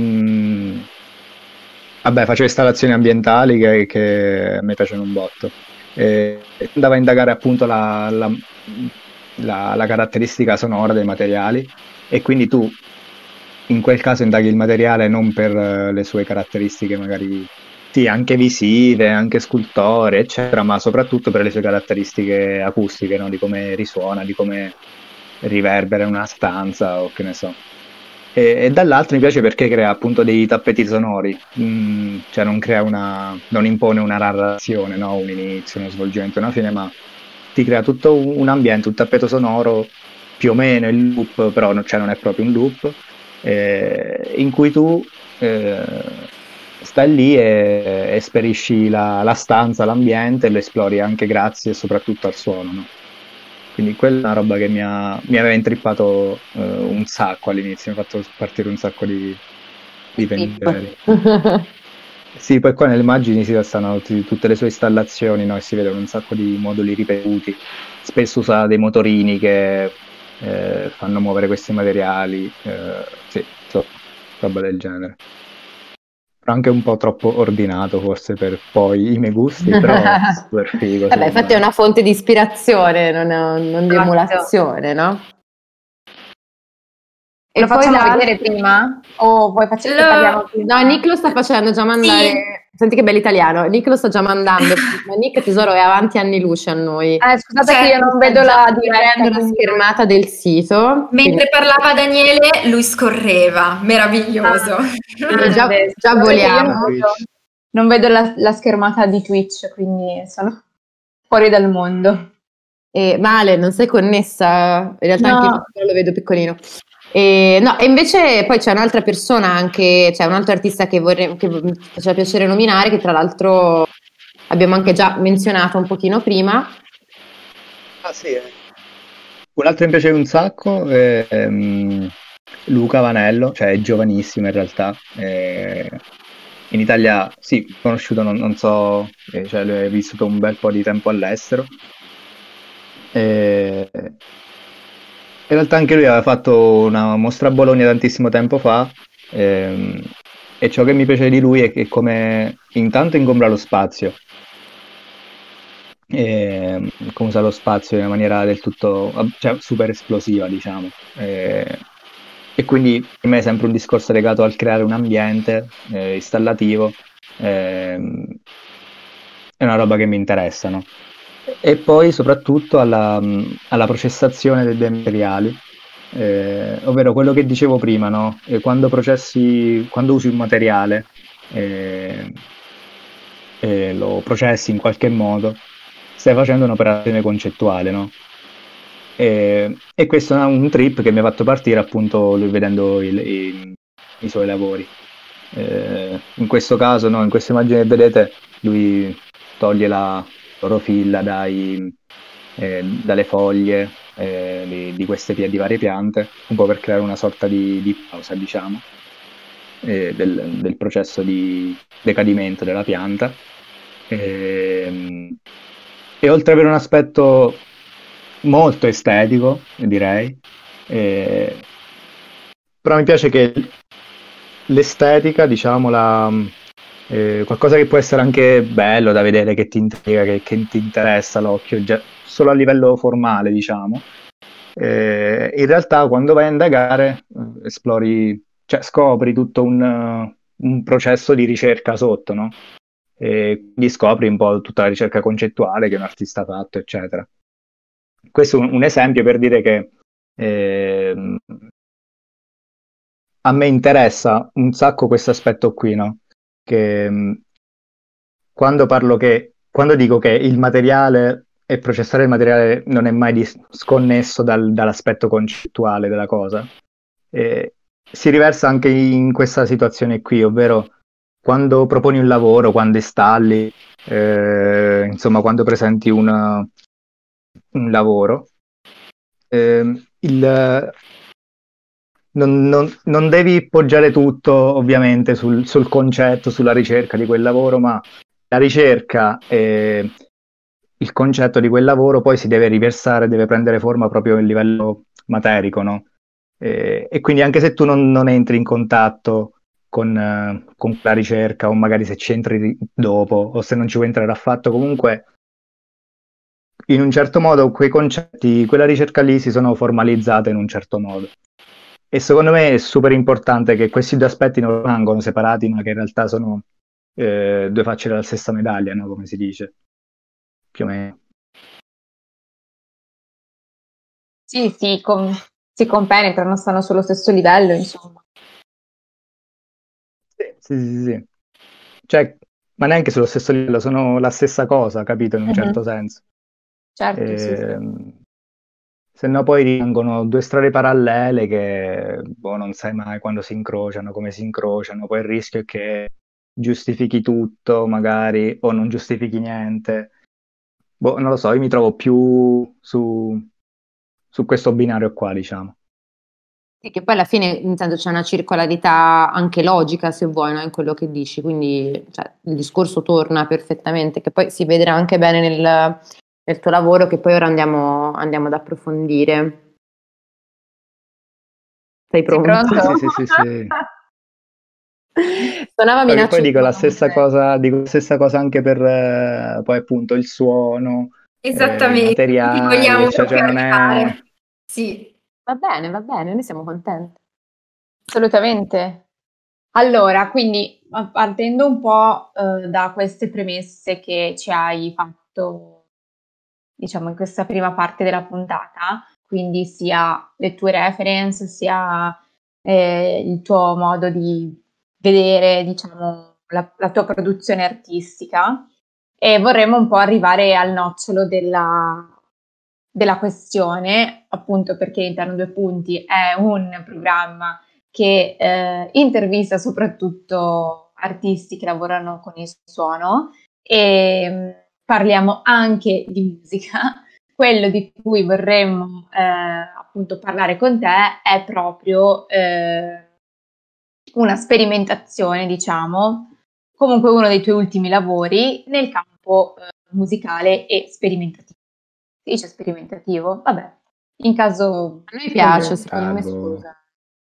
vabbè, facevo installazioni ambientali che a me piacciono un botto. Andava a indagare appunto la caratteristica sonora dei materiali e quindi tu in quel caso indaghi il materiale non per le sue caratteristiche magari sì, anche visive, anche scultoree, eccetera, ma soprattutto per le sue caratteristiche acustiche, no? Di come risuona, di come riverbera in una stanza o che ne so. E dall'altro mi piace perché crea appunto dei tappeti sonori, cioè non impone una narrazione, no? Un inizio, uno svolgimento, una fine, ma ti crea tutto un ambiente, un tappeto sonoro più o meno in loop, però cioè non è proprio un loop, in cui tu stai lì e esperisci la stanza, l'ambiente e lo esplori anche grazie e soprattutto al suono, no? Quindi quella è una roba che mi aveva intrippato un sacco all'inizio, mi ha fatto partire un sacco di pensieri. Sì, poi qua nelle immagini si stanno tutte le sue installazioni, no? E si vedono un sacco di moduli ripetuti. Spesso usa dei motorini che fanno muovere questi materiali, sì, roba del genere. Però anche un po' troppo ordinato forse per poi i miei gusti, però super figo. Vabbè, infatti è una fonte di ispirazione, non di emulazione, no? E lo facciamo vedere prima? O vuoi parliamo prima? No, Nick lo sta facendo già mandare. Sì. Senti che bell'italiano. Nick lo sta già mandando. Ma Nick, tesoro, è avanti anni luce a noi. Scusate che io non vedo la diretta, la schermata del sito. Mentre parlava Daniele, lui scorreva. Meraviglioso. Già voliamo. Non vedo la schermata di Twitch, quindi sono fuori dal mondo. Male, non sei connessa? In realtà anche io lo vedo piccolino. No, e invece poi c'è un'altra persona anche, c'è un altro artista che mi faceva piacere nominare, che tra l'altro abbiamo anche già menzionato un pochino prima. Ah sì, un altro che mi piace un sacco è Luca Vanello, cioè è giovanissimo in realtà. In Italia sì, conosciuto, non so, cioè lui ha vissuto un bel po' di tempo all'estero. E in realtà anche lui aveva fatto una mostra a Bologna tantissimo tempo fa, e ciò che mi piace di lui è che come intanto ingombra lo spazio, come usa lo spazio in una maniera del tutto, cioè, super esplosiva, diciamo. E quindi per me è sempre un discorso legato al creare un ambiente installativo, è una roba che mi interessa, no? E poi soprattutto alla processazione dei materiali, ovvero quello che dicevo prima, no? Quando usi un materiale eh, e lo processi in qualche modo, stai facendo un'operazione concettuale, no? E questo è un trip che mi ha fatto partire appunto lui vedendo i suoi lavori. In questo caso, no, in questa immagine che vedete, lui toglie la clorofilla dalle foglie di queste di varie piante, un po' per creare una sorta di pausa, diciamo, del processo di decadimento della pianta. E, e oltre ad avere un aspetto molto estetico, direi, eh, però mi piace che l'estetica, diciamo, qualcosa che può essere anche bello da vedere, che ti intriga, che ti interessa l'occhio, solo a livello formale, diciamo. In realtà quando vai a indagare, esplori, cioè scopri tutto un processo di ricerca sotto, no? E quindi scopri un po' tutta la ricerca concettuale che un artista ha fatto, eccetera. Questo è un esempio per dire che ehm, a me interessa un sacco questo aspetto qui, no? Che quando dico che il materiale e processare il materiale non è mai sconnesso dall'aspetto concettuale della cosa, eh, si riversa anche in questa situazione qui, ovvero quando proponi un lavoro, quando installi, insomma, quando presenti un lavoro, non devi poggiare tutto ovviamente sul concetto, sulla ricerca di quel lavoro, ma la ricerca e il concetto di quel lavoro poi si deve riversare, deve prendere forma proprio a livello materico, no? E quindi anche se tu non entri in contatto con la ricerca, o magari se ci entri dopo, o se non ci vuoi entrare affatto, comunque in un certo modo quei concetti, quella ricerca lì si sono formalizzate in un certo modo. E secondo me è super importante che questi due aspetti non rimangono separati, ma che in realtà sono due facce della stessa medaglia, no? Come si dice, più o meno. Sì, si compenetrano, stanno sullo stesso livello, insomma. Sì, sì, sì, sì. Cioè, ma neanche sullo stesso livello, sono la stessa cosa, capito, in un certo Mhm. senso. Certo, sì, sì. Se no poi rimangono due strade parallele che boh, non sai mai quando si incrociano, come si incrociano, poi il rischio è che giustifichi tutto magari o non giustifichi niente. Boh, non lo so, io mi trovo più su questo binario qua, diciamo. Sì, che poi alla fine, intanto c'è una circolarità anche logica, se vuoi, no, in quello che dici, quindi cioè, il discorso torna perfettamente, che poi si vedrà anche bene nel tuo lavoro, che poi ora andiamo ad approfondire. Sei Sei pronto? pronto? Sì, sì, sì, sì, sì. Suonava Poi minaccioso dico comunque. dico la stessa cosa anche per poi appunto il suono, i Esattamente, ci materiali, vogliamo eccetera, proprio cioè non è... arrivare. Sì. Va bene, noi siamo contenti. Assolutamente. Allora, quindi partendo un po' da queste premesse che ci hai fatto, diciamo, in questa prima parte della puntata, quindi sia le tue reference, sia il tuo modo di vedere, diciamo, la tua produzione artistica, e vorremmo un po' arrivare al nocciolo della questione, appunto perché Interno Due Punti è un programma che intervista soprattutto artisti che lavorano con il suono e parliamo anche di musica. Quello di cui vorremmo appunto parlare con te è proprio una sperimentazione, diciamo, comunque uno dei tuoi ultimi lavori nel campo musicale e sperimentativo. Si dice sperimentativo? Vabbè, in caso... A noi piace, comune. secondo me, Salvo. scusa.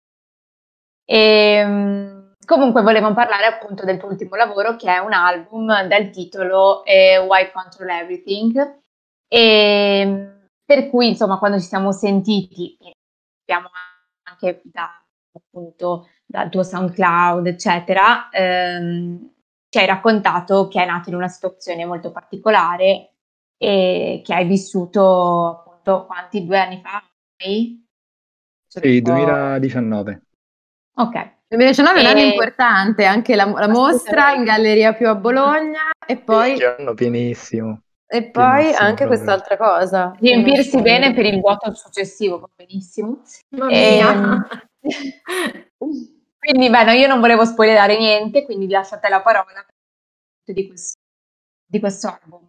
Comunque volevamo parlare appunto del tuo ultimo lavoro, che è un album dal titolo White Control Everything, e per cui insomma quando ci siamo sentiti, abbiamo anche appunto dal tuo SoundCloud eccetera, ci hai raccontato che è nato in una situazione molto particolare e che hai vissuto appunto quanti 2 anni fa? Sì, 2019. Ok. 2019 è un anno E- importante, anche la mostra in Galleria Più a Bologna e poi, Che anno pienissimo. anche proprio. quest'altra cosa. riempirsi bene per il vuoto successivo, va benissimo. Mamma Ehm, mia. Quindi, beh, no, io non volevo spoilerare niente, quindi lasciate la parola di questo album.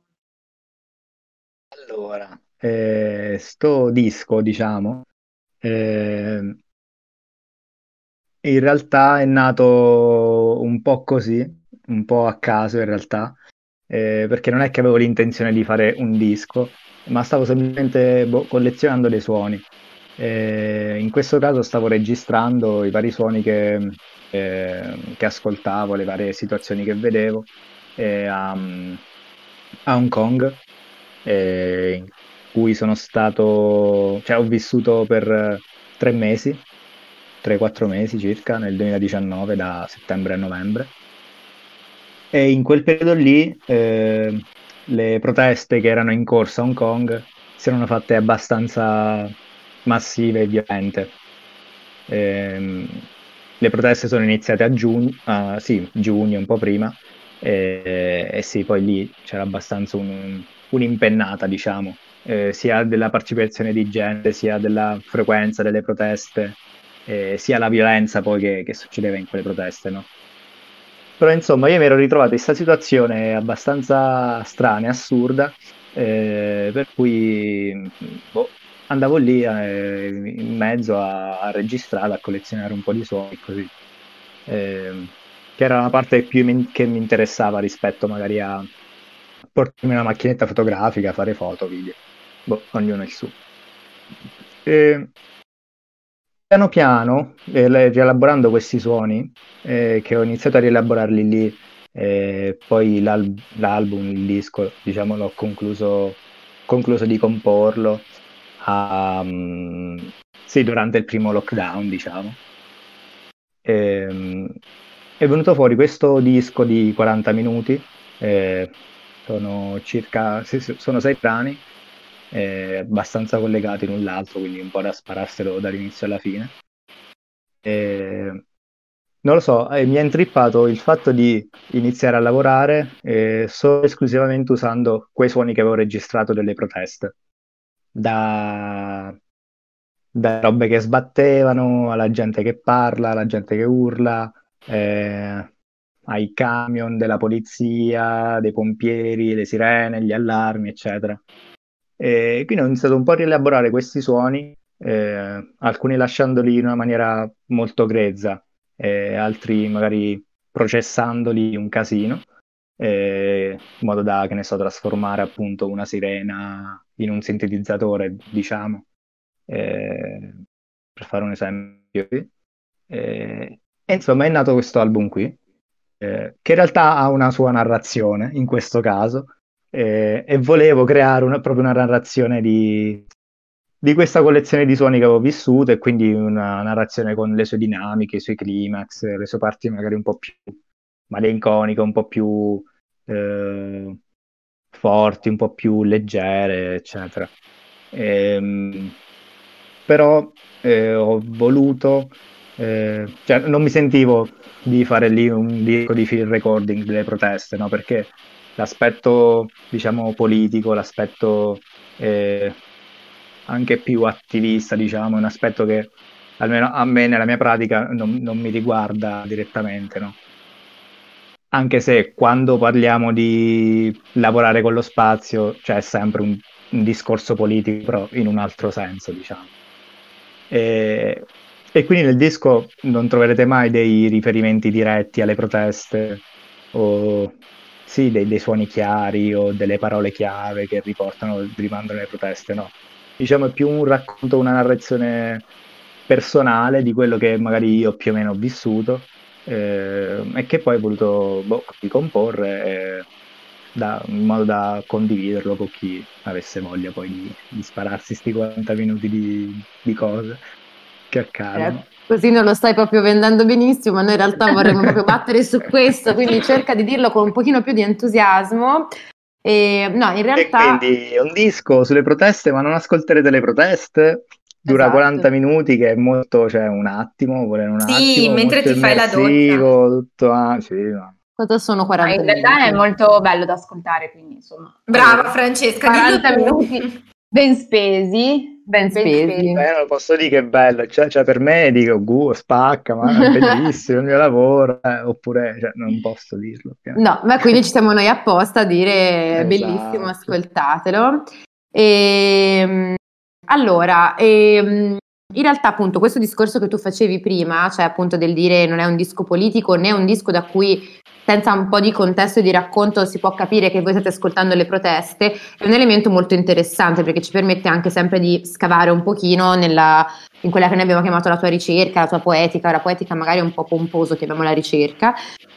Allora, sto disco, diciamo, eh, in realtà è nato un po' così, un po' a caso in realtà, perché non è che avevo l'intenzione di fare un disco, ma stavo semplicemente collezionando dei suoni. In questo caso stavo registrando i vari suoni che ascoltavo, le varie situazioni che vedevo a Hong Kong, in cui sono stato, cioè ho vissuto per 3 mesi, 3-4 mesi circa, nel 2019, da settembre a novembre. E in quel periodo lì le proteste che erano in corso a Hong Kong si erano fatte abbastanza massive e violente. Le proteste sono iniziate a giugno, sì, giugno, un po' prima, e sì, poi lì c'era abbastanza un'impennata, diciamo, sia della partecipazione di gente, sia della frequenza delle proteste, sia la violenza poi che succedeva in quelle proteste, no? Però insomma io mi ero ritrovato in questa situazione abbastanza strana e assurda, per cui andavo lì in mezzo a registrare, a collezionare un po' di suoni, così. Che era una parte che mi interessava rispetto magari a portarmi una macchinetta fotografica, fare foto, video. Ognuno il suo. Piano piano, rielaborando questi suoni, che ho iniziato a rielaborarli lì, poi l'album, il disco, diciamo, l'ho concluso di comporlo, sì, durante il primo lockdown, diciamo. È venuto fuori questo disco di 40 minuti, sono circa, sono 6 brani, abbastanza collegati l'un l'altro, quindi un po' da spararselo dall'inizio alla fine. Non lo so, mi ha intrippato il fatto di iniziare a lavorare solo esclusivamente usando quei suoni che avevo registrato delle proteste. Da robe che sbattevano, alla gente che parla, alla gente che urla, ai camion della polizia, dei pompieri, le sirene, gli allarmi, eccetera. E quindi ho iniziato un po' a rielaborare questi suoni, alcuni lasciandoli in una maniera molto grezza, altri magari processandoli un casino, in modo da, che ne so, trasformare appunto una sirena in un sintetizzatore, diciamo, per fare un esempio. E insomma è nato questo album qui, che in realtà ha una sua narrazione in questo caso, e volevo creare proprio una narrazione di questa collezione di suoni che avevo vissuto, e quindi una narrazione con le sue dinamiche, i suoi climax, le sue parti magari un po' più malinconiche, un po' più forti, un po' più leggere, eccetera. Però ho voluto, cioè non mi sentivo di fare lì un disco di field recording delle proteste, no? Perché l'aspetto, diciamo, politico, l'aspetto anche più attivista, diciamo, è un aspetto che almeno a me nella mia pratica non mi riguarda direttamente, no? Anche se quando parliamo di lavorare con lo spazio c'è sempre un discorso politico, però in un altro senso, diciamo. E quindi nel disco non troverete mai dei riferimenti diretti alle proteste o sì, dei suoni chiari o delle parole chiave che rimandano alle proteste, no. Diciamo è più un racconto, una narrazione personale di quello che magari io più o meno ho vissuto e che poi ho voluto ricomporre in modo da condividerlo con chi avesse voglia poi di spararsi sti 40 minuti di cose che accadono. Così non lo stai proprio vendendo benissimo, ma noi in realtà vorremmo proprio battere su questo, quindi cerca di dirlo con un pochino più di entusiasmo. No, in realtà... E quindi è un disco sulle proteste, ma non ascolterete le proteste. Dura Esatto. 40 minuti, che è molto, cioè un attimo, Sì, mentre molto ti fai la doccia. immersivo, tutto, sì, no. Cosa sono 40 in minuti? realtà è molto bello da ascoltare, quindi insomma. Brava Francesca, 40 dillo tu. minuti ben spesi. Ben spesi. Non posso dire che è bello, cioè per me dico, spacca, ma è bellissimo il mio lavoro, oppure cioè, non posso dirlo. Ovviamente. No, ma quindi ci siamo noi apposta a dire bellissimo, Esatto. ascoltatelo. Allora, in realtà appunto questo discorso che tu facevi prima, cioè appunto del dire non è un disco politico né un disco da cui senza un po' di contesto e di racconto si può capire che voi state ascoltando le proteste, è un elemento molto interessante perché ci permette anche sempre di scavare un pochino in quella che noi abbiamo chiamato la tua ricerca, la tua poetica. Ora poetica magari è un po' pomposo, chiamiamola ricerca,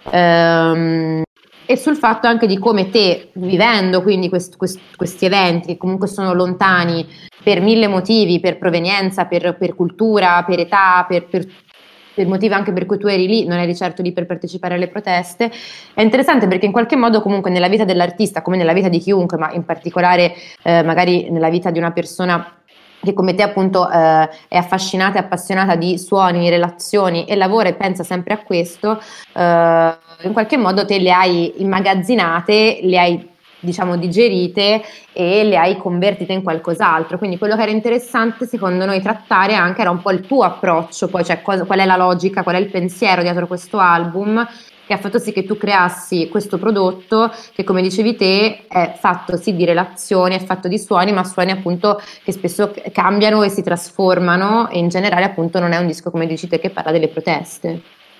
e sul fatto anche di come te, vivendo quindi questi eventi che comunque sono lontani per mille motivi, per provenienza, per cultura, per età, per motivi anche per cui tu eri lì, non eri certo lì per partecipare alle proteste, è interessante perché in qualche modo comunque nella vita dell'artista, come nella vita di chiunque, ma in particolare magari nella vita di una persona che come te appunto è affascinata e appassionata di suoni, relazioni e lavora e pensa sempre a questo, in qualche modo te le hai immagazzinate, le hai diciamo digerite e le hai convertite in qualcos'altro. Quindi quello che era interessante secondo noi trattare anche era un po' il tuo approccio, poi cioè qual è la logica, qual è il pensiero dietro questo album che ha fatto sì che tu creassi questo prodotto che, come dicevi te, è fatto sì di relazioni, è fatto di suoni, ma suoni appunto che spesso cambiano e si trasformano, e in generale appunto non è un disco, come dici te, che parla delle proteste.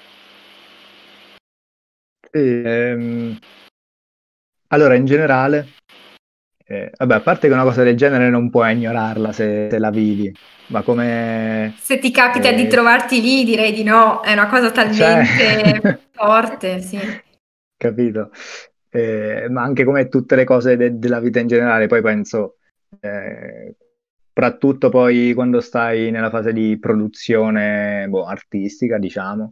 Allora, in generale, vabbè, a parte che una cosa del genere non puoi ignorarla se la vivi, ma come... Se ti capita di trovarti lì, direi di no, è una cosa talmente forte, sì. Capito? Ma anche come tutte le cose della vita in generale, poi penso, soprattutto poi quando stai nella fase di produzione artistica, diciamo,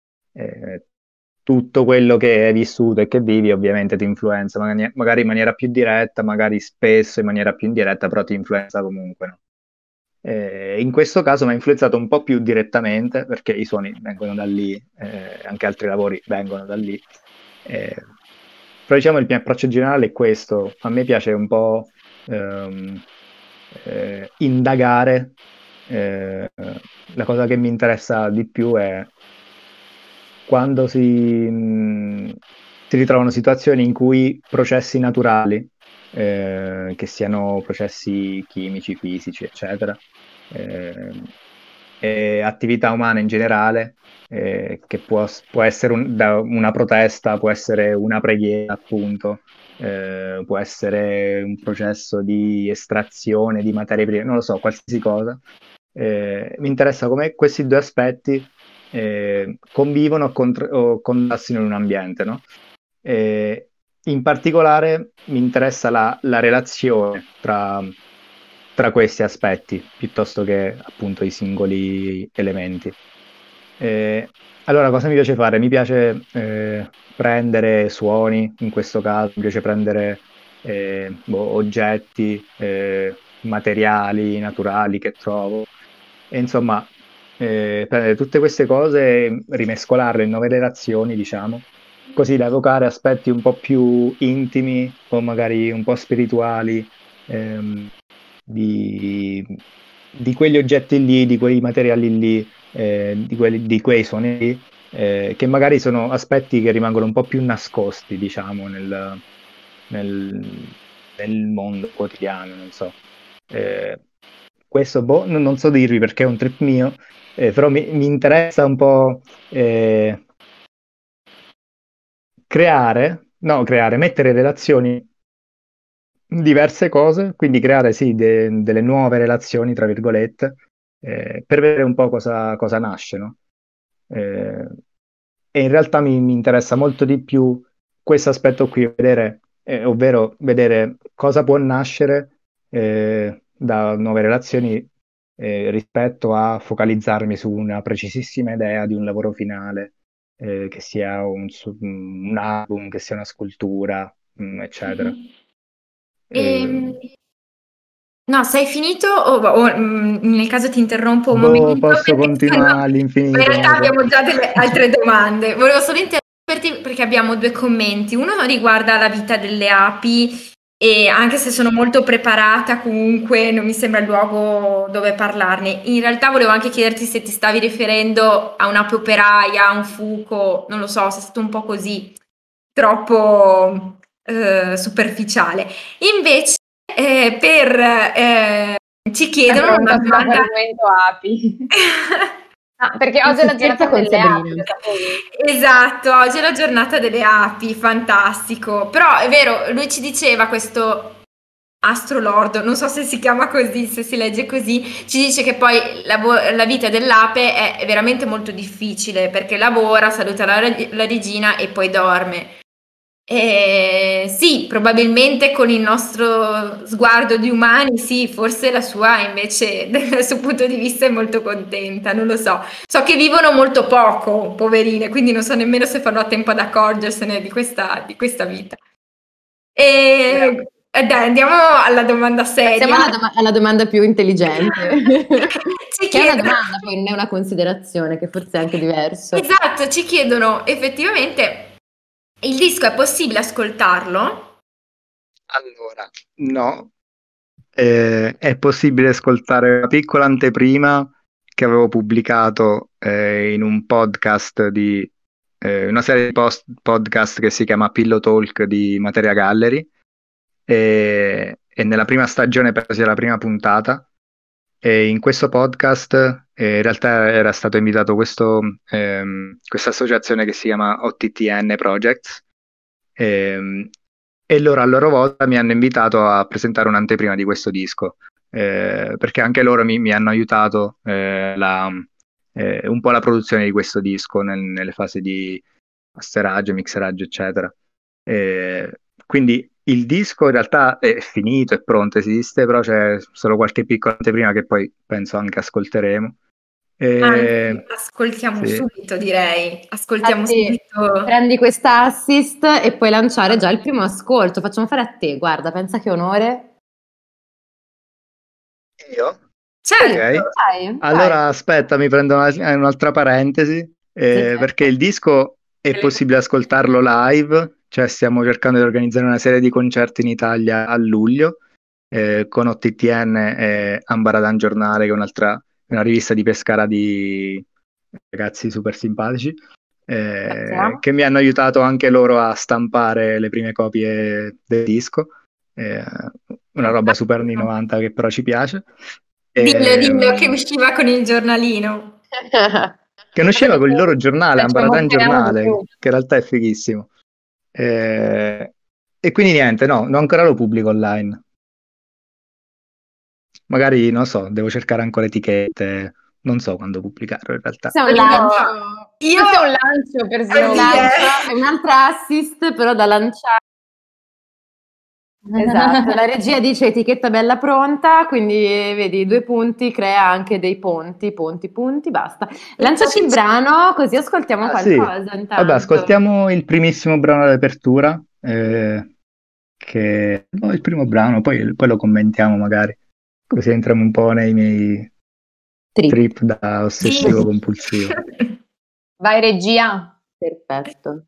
tutto quello che hai vissuto e che vivi ovviamente ti influenza, magari in maniera più diretta, magari spesso in maniera più indiretta, però ti influenza comunque, no? In questo caso mi ha influenzato un po' più direttamente perché i suoni vengono da lì, anche altri lavori vengono da lì. Però diciamo il mio approccio generale è questo: a me piace un po' indagare, la cosa che mi interessa di più è quando si ritrovano situazioni in cui processi naturali, che siano processi chimici, fisici, eccetera, e attività umane in generale, che può essere una protesta, può essere una preghiera, appunto, può essere un processo di estrazione di materie prime, non lo so, qualsiasi cosa. Mi interessa come questi due aspetti convivono o contrastino in un ambiente, no? In particolare mi interessa la relazione tra questi aspetti piuttosto che appunto i singoli elementi. Allora, cosa mi piace fare? Mi piace prendere suoni, in questo caso mi piace prendere oggetti, materiali naturali che trovo, e insomma prendere tutte queste cose, rimescolarle in nuove relazioni, diciamo, così da evocare aspetti un po' più intimi o magari un po' spirituali, di quegli oggetti lì, di quei materiali lì, di quei suoni lì, che magari sono aspetti che rimangono un po' più nascosti, diciamo, nel mondo quotidiano, non so. Questo non so dirvi perché è un trip mio, però mi interessa un po' mettere in relazioni diverse cose, quindi creare sì delle nuove relazioni, tra virgolette, per vedere un po' cosa nasce, no? E in realtà mi interessa molto di più questo aspetto qui, ovvero vedere cosa può nascere da nuove relazioni rispetto a focalizzarmi su una precisissima idea di un lavoro finale, che sia un album, che sia una scultura, eccetera. No, sei finito o, nel caso ti interrompo un momentino Posso perché continuare in all'infinito, non realtà lo so. abbiamo già delle altre domande. Volevo solo interromperti perché abbiamo due commenti. Uno riguarda la vita delle api e anche se sono molto preparata, comunque non mi sembra il luogo dove parlarne. In realtà volevo anche chiederti se ti stavi riferendo a un'ape operaia, a un fuco, non lo so, se è stato un po' così, troppo superficiale. Invece ci chiedono una domanda. Argomento api. Perché oggi è la giornata con delle api, Sabrina. lo sapevi? Esatto, oggi è la giornata delle api, fantastico. Però è vero, lui ci diceva questo astrolordo, non so se si chiama così, se si legge così, ci dice che poi la vita dell'ape è veramente molto difficile perché lavora, saluta la regina e poi dorme. Sì, probabilmente con il nostro sguardo di umani, sì, forse la sua invece dal suo punto di vista è molto contenta, non lo so. So che vivono molto poco, poverine, quindi non so nemmeno se fanno a tempo ad accorgersene di questa vita. Dai, andiamo alla domanda seria. Passiamo alla domanda più intelligente. Ci Che è una chiedono- domanda, poi non è una considerazione, che forse è anche diverso. Esatto, ci chiedono effettivamente il disco è possibile ascoltarlo? Allora, no, è possibile ascoltare una piccola anteprima che avevo pubblicato in un podcast di una serie di podcast che si chiama Pillow Talk di Materia Gallery, e nella prima stagione penso sia la prima puntata. E in questo podcast in realtà era stato invitato questa associazione che si chiama OTTN Projects, e loro a loro volta mi hanno invitato a presentare un'anteprima di questo disco, perché anche loro mi hanno aiutato un po' la produzione di questo disco nelle fasi di masteraggio, mixeraggio, eccetera. Quindi il disco in realtà è finito, è pronto, esiste, però c'è solo qualche piccola anteprima che poi penso anche ascolteremo. Anzi, ascoltiamo Sì. subito, direi. Ascoltiamo Infatti, subito. prendi questa assist e puoi lanciare già il primo ascolto. Facciamo fare a te, guarda, pensa che onore. Io? Certo. Ok. Vai, Allora aspetta, mi prendo un'altra parentesi, vai. perché il disco è possibile ascoltarlo live, cioè stiamo cercando di organizzare una serie di concerti in Italia a luglio, con OTTN e Ambaradan Giornale, che è una rivista di Pescara di ragazzi super simpatici, Aspettiamo. che mi hanno aiutato anche loro a stampare le prime copie del disco, una roba super anni 90 che però ci piace. Dillo che usciva con il giornalino. Che non usciva con il loro giornale, Ci Ambaradan emozioniamo di Giornale, più. che in realtà è fighissimo. E quindi niente, no, non ancora lo pubblico online. Magari, non so, devo cercare ancora etichette, non so quando pubblicarlo in realtà. Questo è un lancio. Io Questo è un lancio per Così Snow. È un'altra assist, però da lanciare. Esatto, la regia dice etichetta bella pronta, quindi vedi, 2 punti, crea anche dei punti, basta. Lanciaci il brano, così ascoltiamo Ah sì, qualcosa vabbè, intanto. ascoltiamo il primissimo brano d'apertura, no, il primo brano, poi lo commentiamo magari, così entriamo un po' nei miei trip da ossessivo compulsivo. Vai regia. Perfetto.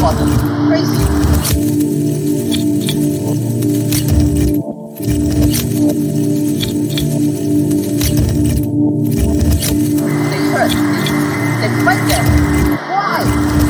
body. Crazy. They hurt. They fight them. Why?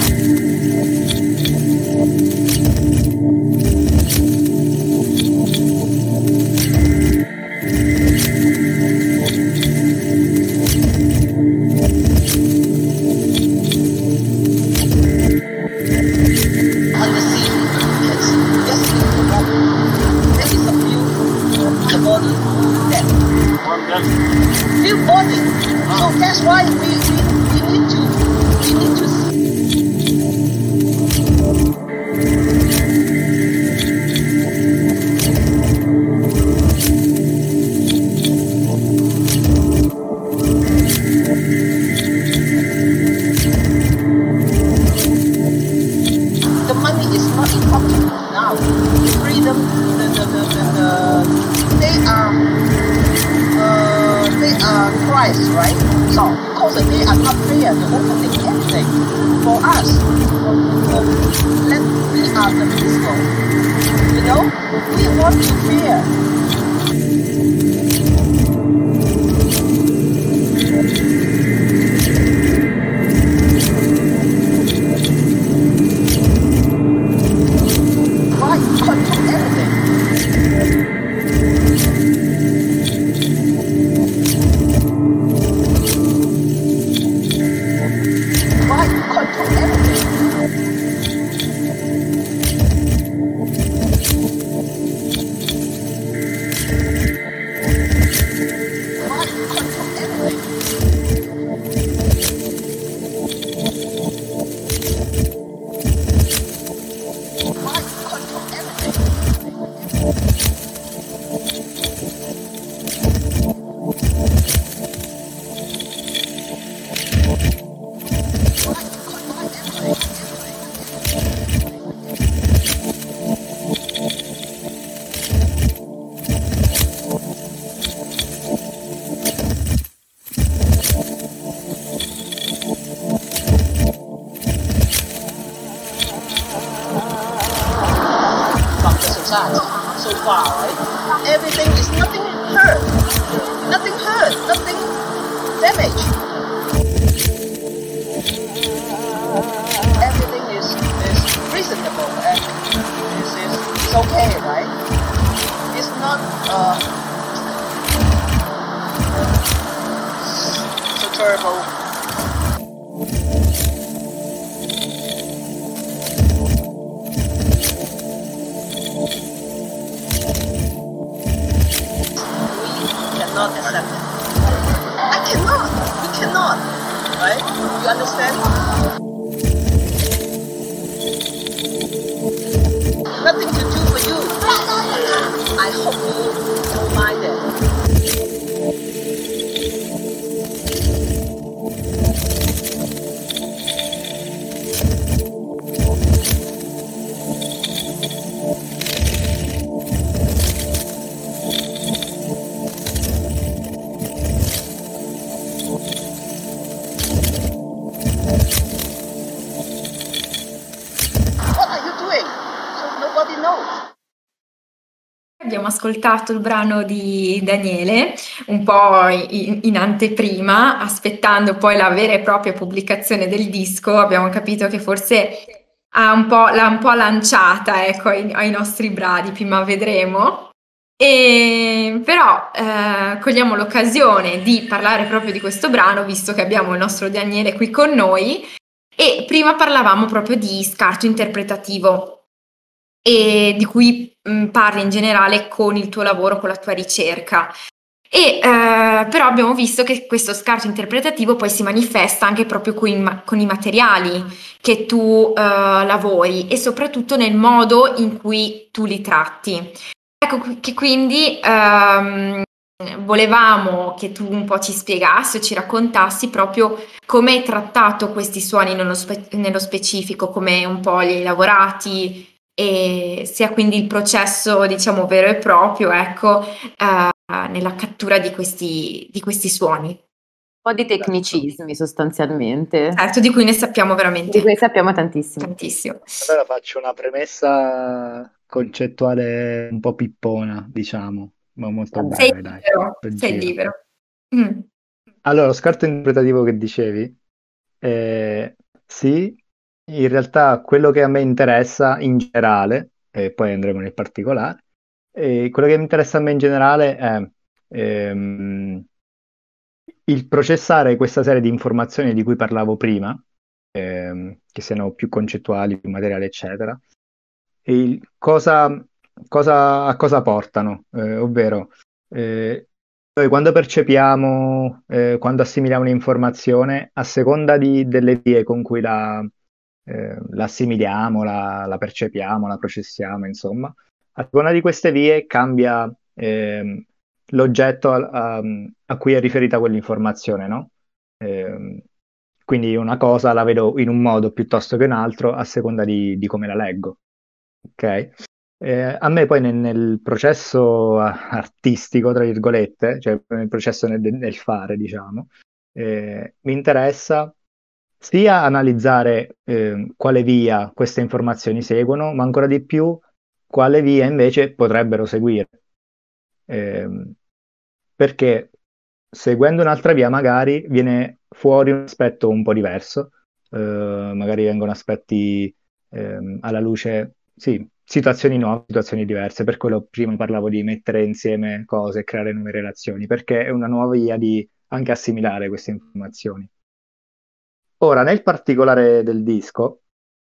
On the scene, you can see just the body. There is a few, the body dead. Few body. So that's why we need to see. The money is not important now. Freedom, they are Christ, right? So because they are not fair, the opening anything for us. We are the peaceful. You know, we want to fear. Why control everything? Why control everything? Why control everything? Why control everything? From the society so far, right? Everything is nothing hurt, nothing damage. Everything is reasonable and it's okay, right? It's not so terrible. Cannot accept it. I cannot. We cannot. Right? You understand? Nothing to do for you. I hope you don't mind it. What are you doing? So nobody knows. Abbiamo ascoltato il brano di Daniele un po' in anteprima, aspettando poi la vera e propria pubblicazione del disco. Abbiamo capito che forse l'ha un po' lanciata, ecco, ai nostri bradipi, ma vedremo. Però cogliamo l'occasione di parlare proprio di questo brano, visto che abbiamo il nostro Daniele qui con noi. E prima parlavamo proprio di scarto interpretativo e di cui parli in generale con il tuo lavoro, con la tua ricerca. Però abbiamo visto che questo scarto interpretativo poi si manifesta anche proprio con i materiali che tu lavori e soprattutto nel modo in cui tu li tratti. Ecco che quindi volevamo che tu un po' ci spiegassi o ci raccontassi proprio come hai trattato questi suoni nello specifico, come un po' li hai lavorati e sia quindi il processo, diciamo, vero e proprio, ecco, nella cattura di questi suoni. po' di tecnicismi sostanzialmente, Certo, di cui ne sappiamo di veramente cui sappiamo tantissimo. tantissimo. Allora faccio una premessa concettuale un po' pippona, diciamo, ma molto Vabbè. Sei breve, dai. libero, Lo sei giro. libero. Mm. Allora, lo scarto interpretativo che dicevi, sì, in realtà quello che a me interessa in generale, e poi andremo nel particolare, quello che mi interessa a me in generale è ehm, il processare questa serie di informazioni di cui parlavo prima, che siano più concettuali, più materiali, eccetera, e a cosa portano, ovvero noi quando percepiamo, quando assimiliamo un'informazione, a seconda delle vie con cui la assimiliamo, la percepiamo, la processiamo, insomma, a seconda di queste vie cambia l'oggetto a cui è riferita quell'informazione, no? Ehm, quindi una cosa la vedo in un modo piuttosto che in un altro a seconda di come la leggo. Ok? A me poi nel processo artistico, tra virgolette, cioè nel processo nel fare, diciamo, mi interessa sia analizzare quale via queste informazioni seguono, ma ancora di più quale via invece potrebbero seguire. Ehm, perché seguendo un'altra via magari viene fuori un aspetto un po' diverso, magari vengono aspetti alla luce, sì, situazioni nuove, situazioni diverse, per quello prima parlavo di mettere insieme cose e creare nuove relazioni, perché è una nuova via di anche assimilare queste informazioni. Ora, nel particolare del disco,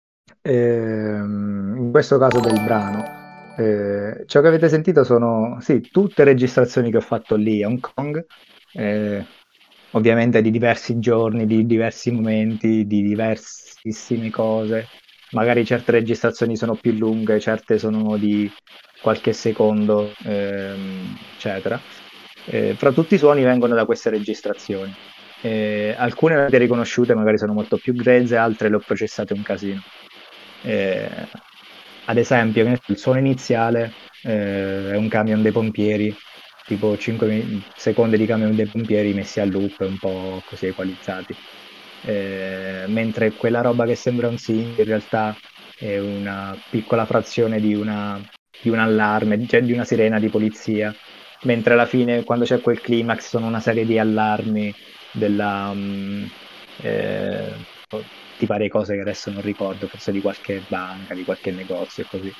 in questo caso del brano, ciò che avete sentito sono sì, tutte registrazioni che ho fatto lì a Hong Kong, eh, ovviamente di diversi giorni, di diversi momenti, di diversissime cose. Magari certe registrazioni sono più lunghe, certe sono di qualche secondo, eccetera. Fra tutti i suoni vengono da queste registrazioni. Alcune le avete riconosciute, magari sono molto più grezze, altre le ho processate un casino. Eh, ad esempio, che ne so, il suono iniziale è un camion dei pompieri, tipo 5 secondi di camion dei pompieri messi a loop, un po' così equalizzati. Mentre quella roba che sembra un singolo in realtà è una piccola frazione di un allarme, cioè di una sirena di polizia, mentre alla fine, quando c'è quel climax, sono una serie di allarmi della, eh, di varie cose che adesso non ricordo, forse di qualche banca, di qualche negozio e così.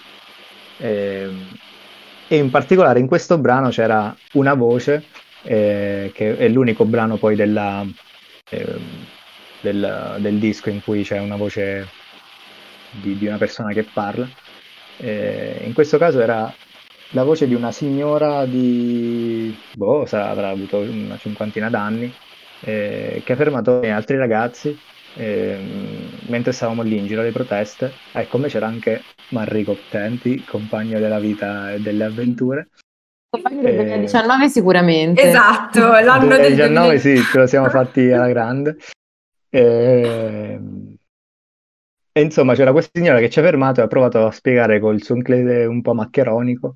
E in particolare in questo brano c'era una voce, che è l'unico brano poi ehm, del disco in cui c'è una voce di una persona che parla. In questo caso era la voce di una signora avrà avuto una cinquantina d'anni, che ha fermato me e altri ragazzi mentre stavamo lì in giro alle proteste. Ecco, me c'era anche Manrico Tenti, compagno della vita e delle avventure. Compagno del Eh, 2019 sicuramente. Esatto, l'anno del 2019 sì, ce lo siamo 2019. fatti alla grande. E, e insomma c'era questa signora che ci ha fermato e ha provato a spiegare col suo inglese un po' maccheronico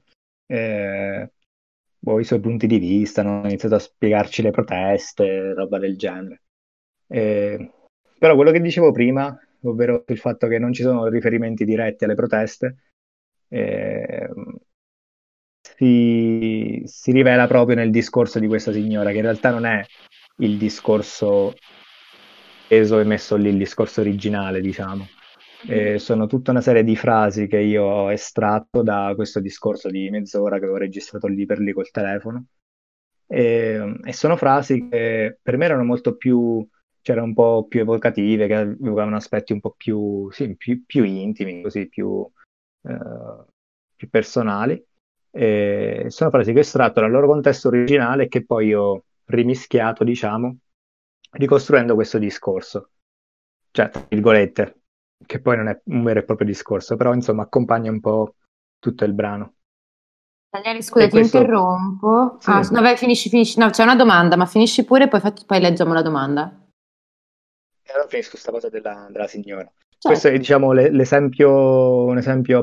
i suoi punti di vista, no? Ha iniziato a spiegarci le proteste, roba del genere. Eh, però quello che dicevo prima, ovvero il fatto che non ci sono riferimenti diretti alle proteste, eh, si rivela proprio nel discorso di questa signora, che in realtà non è il discorso preso e messo lì, il discorso originale, diciamo. Sono tutta una serie di frasi che io ho estratto da questo discorso di mezz'ora che ho registrato lì per lì col telefono. E sono frasi che per me erano molto più, cioè erano un po' più evocative, che avevano aspetti un po' più, sì, più intimi, così, eh, più personali. E sono frasi che ho estratto dal loro contesto originale e che poi ho rimischiato, diciamo, ricostruendo questo discorso. Cioè, tra virgolette, che poi non è un vero e proprio discorso, però insomma accompagna un po' tutto il brano. Daniele, scusa, E ti questo, interrompo. sì, No, vai, finisci. No, c'è una domanda, ma finisci pure, poi leggiamo la domanda. e allora finisco questa cosa della signora. Questo Certo. è, diciamo, un esempio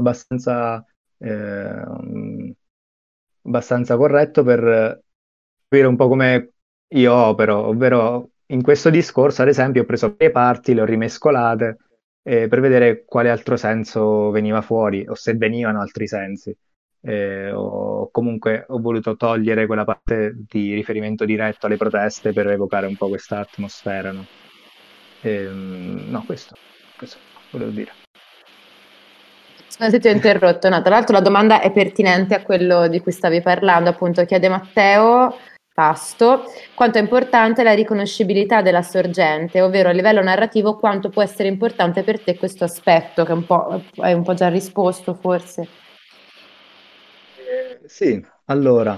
abbastanza corretto per capire un po' come io opero, ovvero in questo discorso, ad esempio, ho preso le parti, le ho rimescolate per vedere quale altro senso veniva fuori o se venivano altri sensi. O comunque ho voluto togliere quella parte di riferimento diretto alle proteste per evocare un po' questa atmosfera, no? No, questo volevo dire. Scusa se ti ho interrotto, no, tra l'altro la domanda è pertinente a quello di cui stavi parlando, appunto chiede Matteo Pasto, quanto è importante la riconoscibilità della sorgente, ovvero a livello narrativo quanto può essere importante per te questo aspetto, che hai un po' già risposto forse. Sì, allora,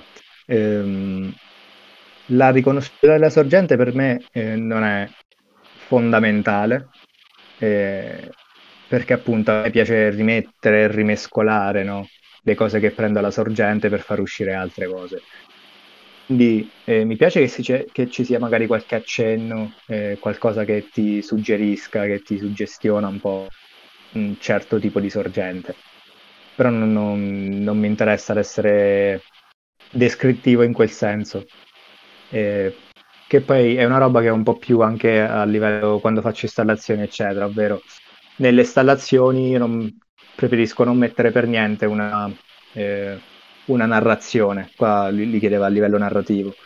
la riconoscibilità della sorgente per me non è fondamentale, perché appunto a me piace rimettere e rimescolare, no, le cose che prendo alla sorgente per far uscire altre cose. Quindi mi piace che ci sia magari qualche accenno, qualcosa che ti suggerisca, che ti suggestiona un po' un certo tipo di sorgente. Però non mi interessa l'essere descrittivo in quel senso. Che poi è una roba che è un po' più anche a livello quando faccio installazioni, eccetera, ovvero nelle installazioni io preferisco non mettere per niente una narrazione. Qua li chiedeva a livello narrativo.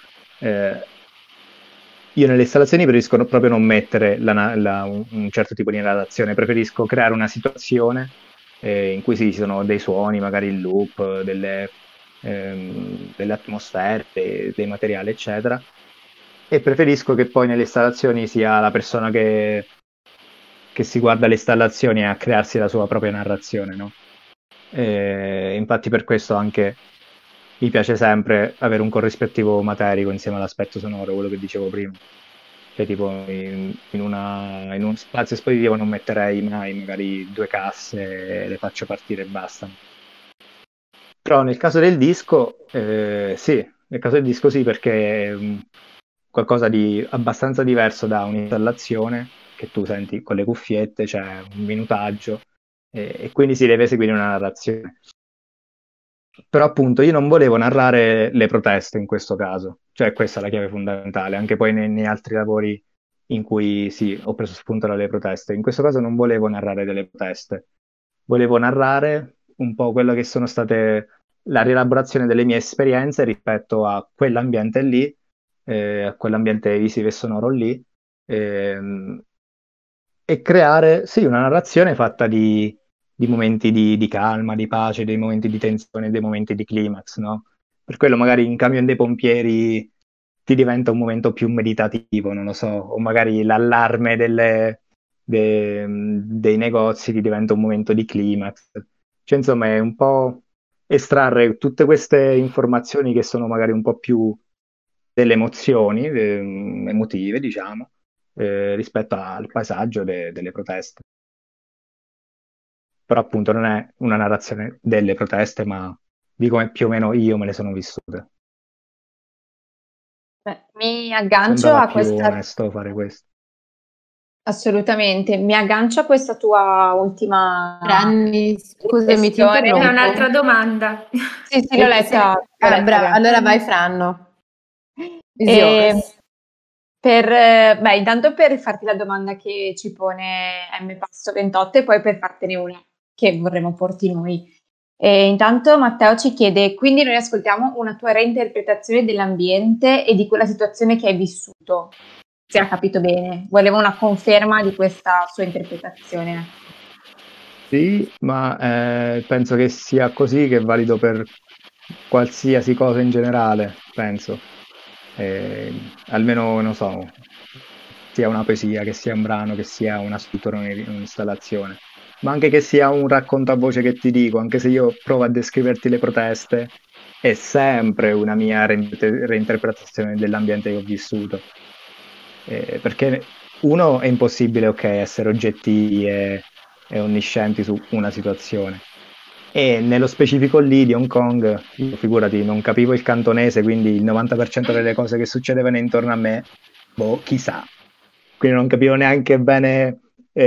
Io nelle installazioni preferisco proprio non mettere un certo tipo di narrazione, preferisco creare una situazione in cui ci sono dei suoni, magari il loop, delle atmosfere, dei materiali, eccetera. E preferisco che poi nelle installazioni sia la persona che si guarda le installazioni a crearsi la sua propria narrazione, no? Infatti per questo anche mi piace sempre avere un corrispettivo materico insieme all'aspetto sonoro, quello che dicevo prima. Cioè tipo in uno spazio espositivo non metterei mai magari 2 casse e le faccio partire e basta. Però nel caso del disco, sì, nel caso del disco sì, perché è qualcosa di abbastanza diverso da un'installazione che tu senti con le cuffiette, c'è un minutaggio e quindi si deve seguire una narrazione. Però appunto io non volevo narrare le proteste in questo caso, cioè questa è la chiave fondamentale, anche poi nei altri lavori in cui sì, ho preso spunto dalle proteste. In questo caso non volevo narrare delle proteste, volevo narrare un po' quello che sono state la rielaborazione delle mie esperienze rispetto a quell'ambiente lì, a quell'ambiente visivo e sonoro lì, e creare sì una narrazione fatta di momenti di calma, di pace, dei momenti di tensione, dei momenti di climax, no? Per quello magari in Camion dei Pompieri ti diventa un momento più meditativo, non lo so, o magari l'allarme dei negozi ti diventa un momento di climax. Cioè, insomma, è un po' estrarre tutte queste informazioni che sono magari un po' più delle emozioni emotive, diciamo, rispetto al paesaggio delle proteste. Però appunto non è una narrazione delle proteste, ma di come più o meno io me le sono vissute. Mi aggancio Sembrava a più questa, onesto fare questo. assolutamente, mi aggancio a questa tua ultima Franni, scusami, ti riflessione. interrompo. È un'altra domanda. Sì, l'ho letta. Brava, allora vai Franno. E intanto per farti la domanda che ci pone M Passo 28 e poi per fartene una che vorremmo porti noi. E intanto Matteo ci chiede, quindi noi ascoltiamo una tua reinterpretazione dell'ambiente e di quella situazione che hai vissuto, se ha capito bene. Volevo una conferma di questa sua interpretazione. Sì, ma penso che sia così, che è valido per qualsiasi cosa in generale, penso. Almeno, non so, sia una poesia, che sia un brano, che sia una scrittura, un'installazione, ma anche che sia un racconto a voce che ti dico, anche se io provo a descriverti le proteste, è sempre una mia reinterpretazione dell'ambiente che ho vissuto. Perché uno è impossibile, ok, essere oggettivi e onniscienti su una situazione. E nello specifico lì di Hong Kong, io figurati, non capivo il cantonese, quindi il 90% delle cose che succedevano intorno a me, boh, chissà. Quindi non capivo neanche bene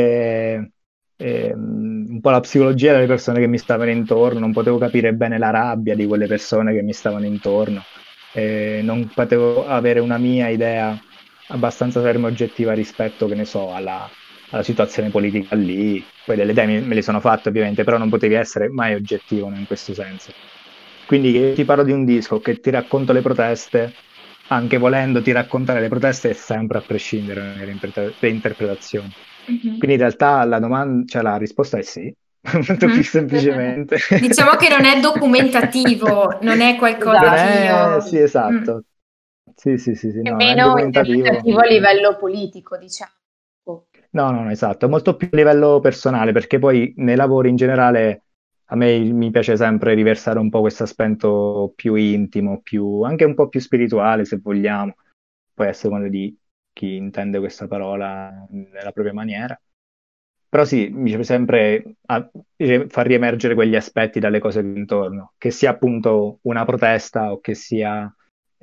un po' la psicologia delle persone che mi stavano intorno, non potevo capire bene la rabbia di quelle persone che mi stavano intorno, non potevo avere una mia idea abbastanza ferma e oggettiva rispetto, che ne so, alla situazione politica lì. Poi delle idee me le sono fatte ovviamente, però non potevi essere mai oggettivo, no, in questo senso. Quindi che ti parlo di un disco, che ti racconto le proteste, anche volendoti raccontare le proteste, è sempre a prescindere nelle interpretazioni. Quindi in realtà la domanda, cioè la risposta è sì, molto più semplicemente. Diciamo che non è documentativo, non è qualcosa Non che è, io... sì, esatto. Sì, no, non è Nemmeno documentativo. interpretativo a livello politico, diciamo. No, esatto, è molto più a livello personale, perché poi nei lavori in generale a me mi piace sempre riversare un po' questo aspetto più intimo, anche un po' più spirituale, se vogliamo, poi a seconda di chi intende questa parola nella propria maniera. Però sì, mi piace sempre far riemergere quegli aspetti dalle cose intorno, che sia appunto una protesta o che sia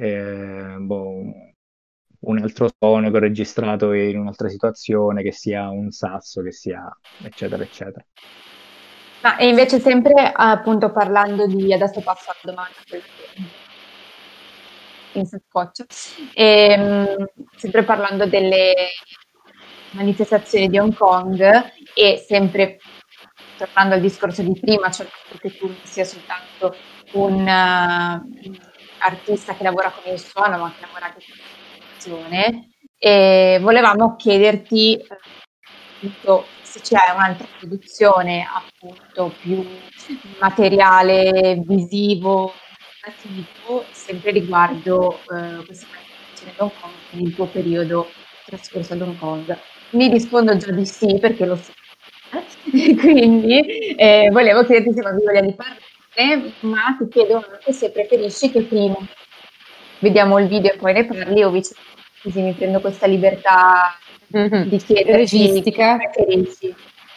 un altro suono che ho registrato in un'altra situazione, che sia un sasso, che sia eccetera, eccetera. Ma e invece sempre appunto parlando di, adesso passo alla domanda, quella che in scotch, sempre parlando delle manifestazioni di Hong Kong e sempre tornando al discorso di prima, cioè che tu non sia soltanto un artista che lavora con il suono, ma che lavora anche con l'azione, e volevamo chiederti appunto se c'è un'altra produzione appunto più materiale, visivo, attivo, sempre riguardo questa manifestazione di Hong Kong, quindi il tuo periodo trascorso ad Hong Kong. Mi rispondo già di sì perché lo so. Quindi volevo chiederti se avevi voglia di parlarne, ma ti chiedo anche se preferisci che prima vediamo il video e poi ne parli o viceversa, così mi prendo questa libertà di chiederti registica. che preferisci.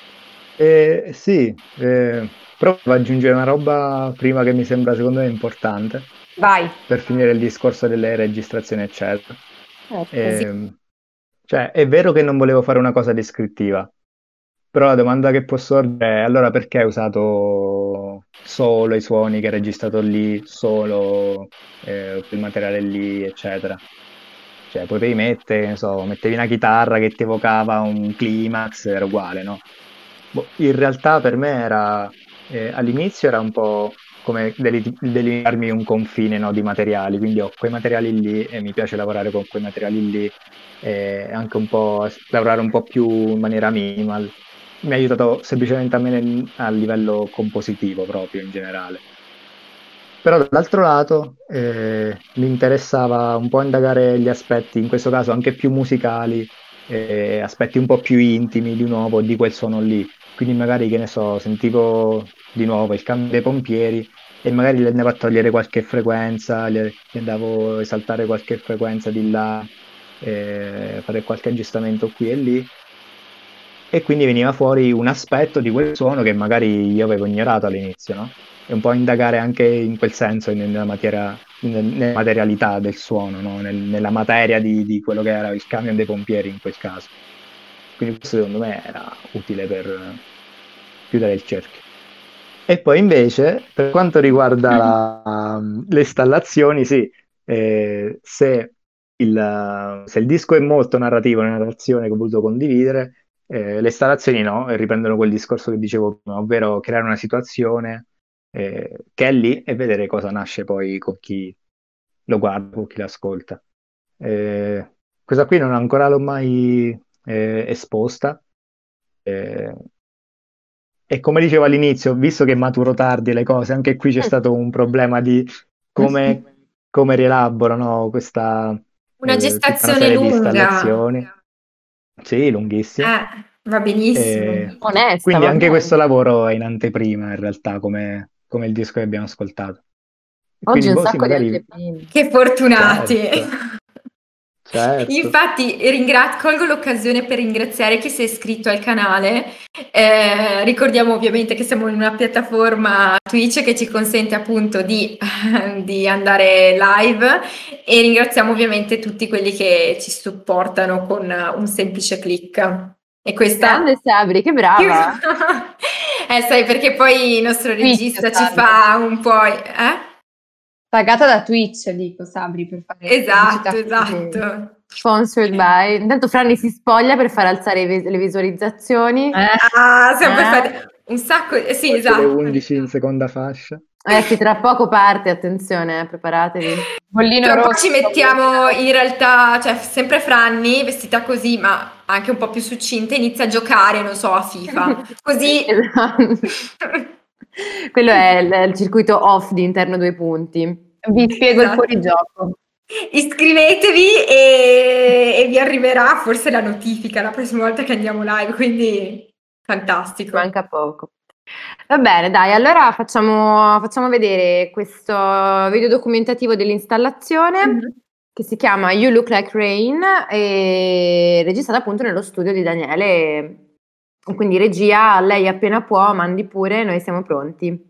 Sì, però devo aggiungere una roba prima che mi sembra secondo me importante. Vai. Per finire il discorso delle registrazioni, eccetera. Sì. Cioè, è vero che non volevo fare una cosa descrittiva, però la domanda che può sorgere è allora perché hai usato solo i suoni che hai registrato lì, solo il materiale lì, eccetera. Cioè, potevi mettere, ne so, mettevi una chitarra che ti evocava un climax, era uguale, no? In realtà per me all'inizio era un po' come delimitarmi un confine, no, di materiali, quindi ho quei materiali lì e mi piace lavorare con quei materiali lì e anche un po' lavorare un po' più in maniera minimal. Mi ha aiutato semplicemente a me a livello compositivo proprio in generale. Però dall'altro lato mi interessava un po' indagare gli aspetti, in questo caso anche più musicali, aspetti un po' più intimi di nuovo di quel suono lì. Quindi magari, che ne so, sentivo di nuovo il cambio dei pompieri e magari gli andavo a togliere qualche frequenza, gli andavo a esaltare qualche frequenza di là, fare qualche aggiustamento qui e lì. E quindi veniva fuori un aspetto di quel suono che magari io avevo ignorato all'inizio, no? E un po' indagare anche in quel senso, nella materialità del suono, no? Nella materia di quello che era il camion dei pompieri in quel caso. Quindi questo secondo me era utile per chiudere il cerchio. E poi invece, per quanto riguarda le installazioni, sì, se il disco è molto narrativo, una narrazione che ho voluto condividere, le installazioni no, e riprendono quel discorso che dicevo prima, ovvero creare una situazione che è lì e vedere cosa nasce poi con chi lo guarda, con chi l'ascolta. Questa qui non ancora l'ho mai esposta. E come dicevo all'inizio, visto che maturo tardi le cose, anche qui c'è stato un problema di come rielaborano questa Una tutta una gestazione serie di lunga. installazioni. Sì, lunghissima. Va benissimo. Onesta, Quindi va anche bene. questo lavoro è in anteprima, in realtà, come il disco che abbiamo ascoltato. Oggi un Quindi, sì, sacco di magari... anteprime. Che fortunati! Certo. Infatti colgo l'occasione per ringraziare chi si è iscritto al canale. Ricordiamo ovviamente che siamo in una piattaforma Twitch che ci consente appunto di andare live e ringraziamo ovviamente tutti quelli che ci supportano con un semplice click. E questa... Grande Sabri, che brava! sai, perché poi il nostro regista ci fa un po'... Pagata da Twitch, dico Sabri, per fare pubblicità. Esatto. Sponsored by. Intanto Franny si spoglia per far alzare le visualizzazioni. Ah, sempre fate un sacco. Sì, Oggi esatto. le 11 in seconda fascia. Sì, tra poco parte, attenzione, preparatevi. Bollino Tra un po' rosso. ci mettiamo in realtà, cioè sempre Franni vestita così, ma anche un po' più succinta, inizia a giocare, non so, a FIFA. Così. Esatto. Quello è il circuito off di Interno Due Punti. Vi spiego il Esatto. fuorigioco. Iscrivetevi e vi arriverà forse la notifica la prossima volta che andiamo live, quindi fantastico. Manca poco. Va bene, dai, allora facciamo vedere questo video documentativo dell'installazione che si chiama You Look Like Rain e registrato appunto nello studio di Daniele. Quindi regia, lei appena può, mandi pure, noi siamo pronti.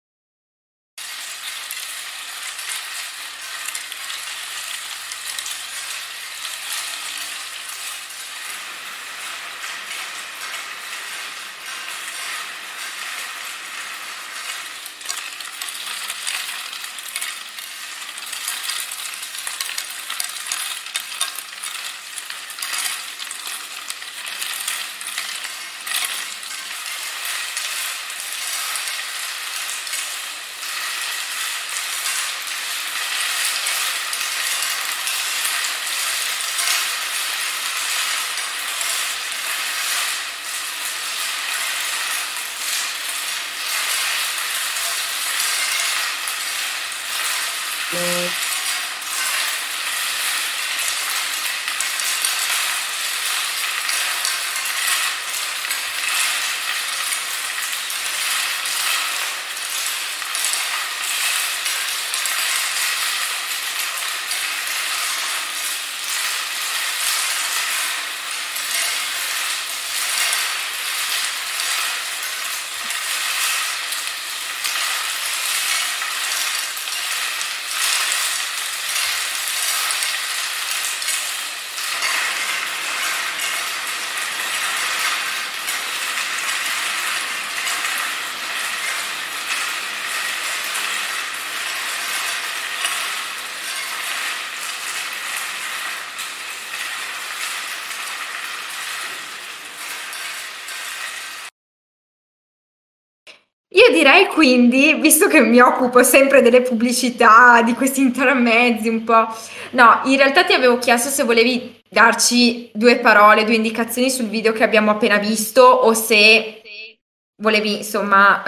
Io direi quindi, visto che mi occupo sempre delle pubblicità, di questi intermezzi un po'. No, in realtà ti avevo chiesto se volevi darci due parole, due indicazioni sul video che abbiamo appena visto o se volevi, insomma,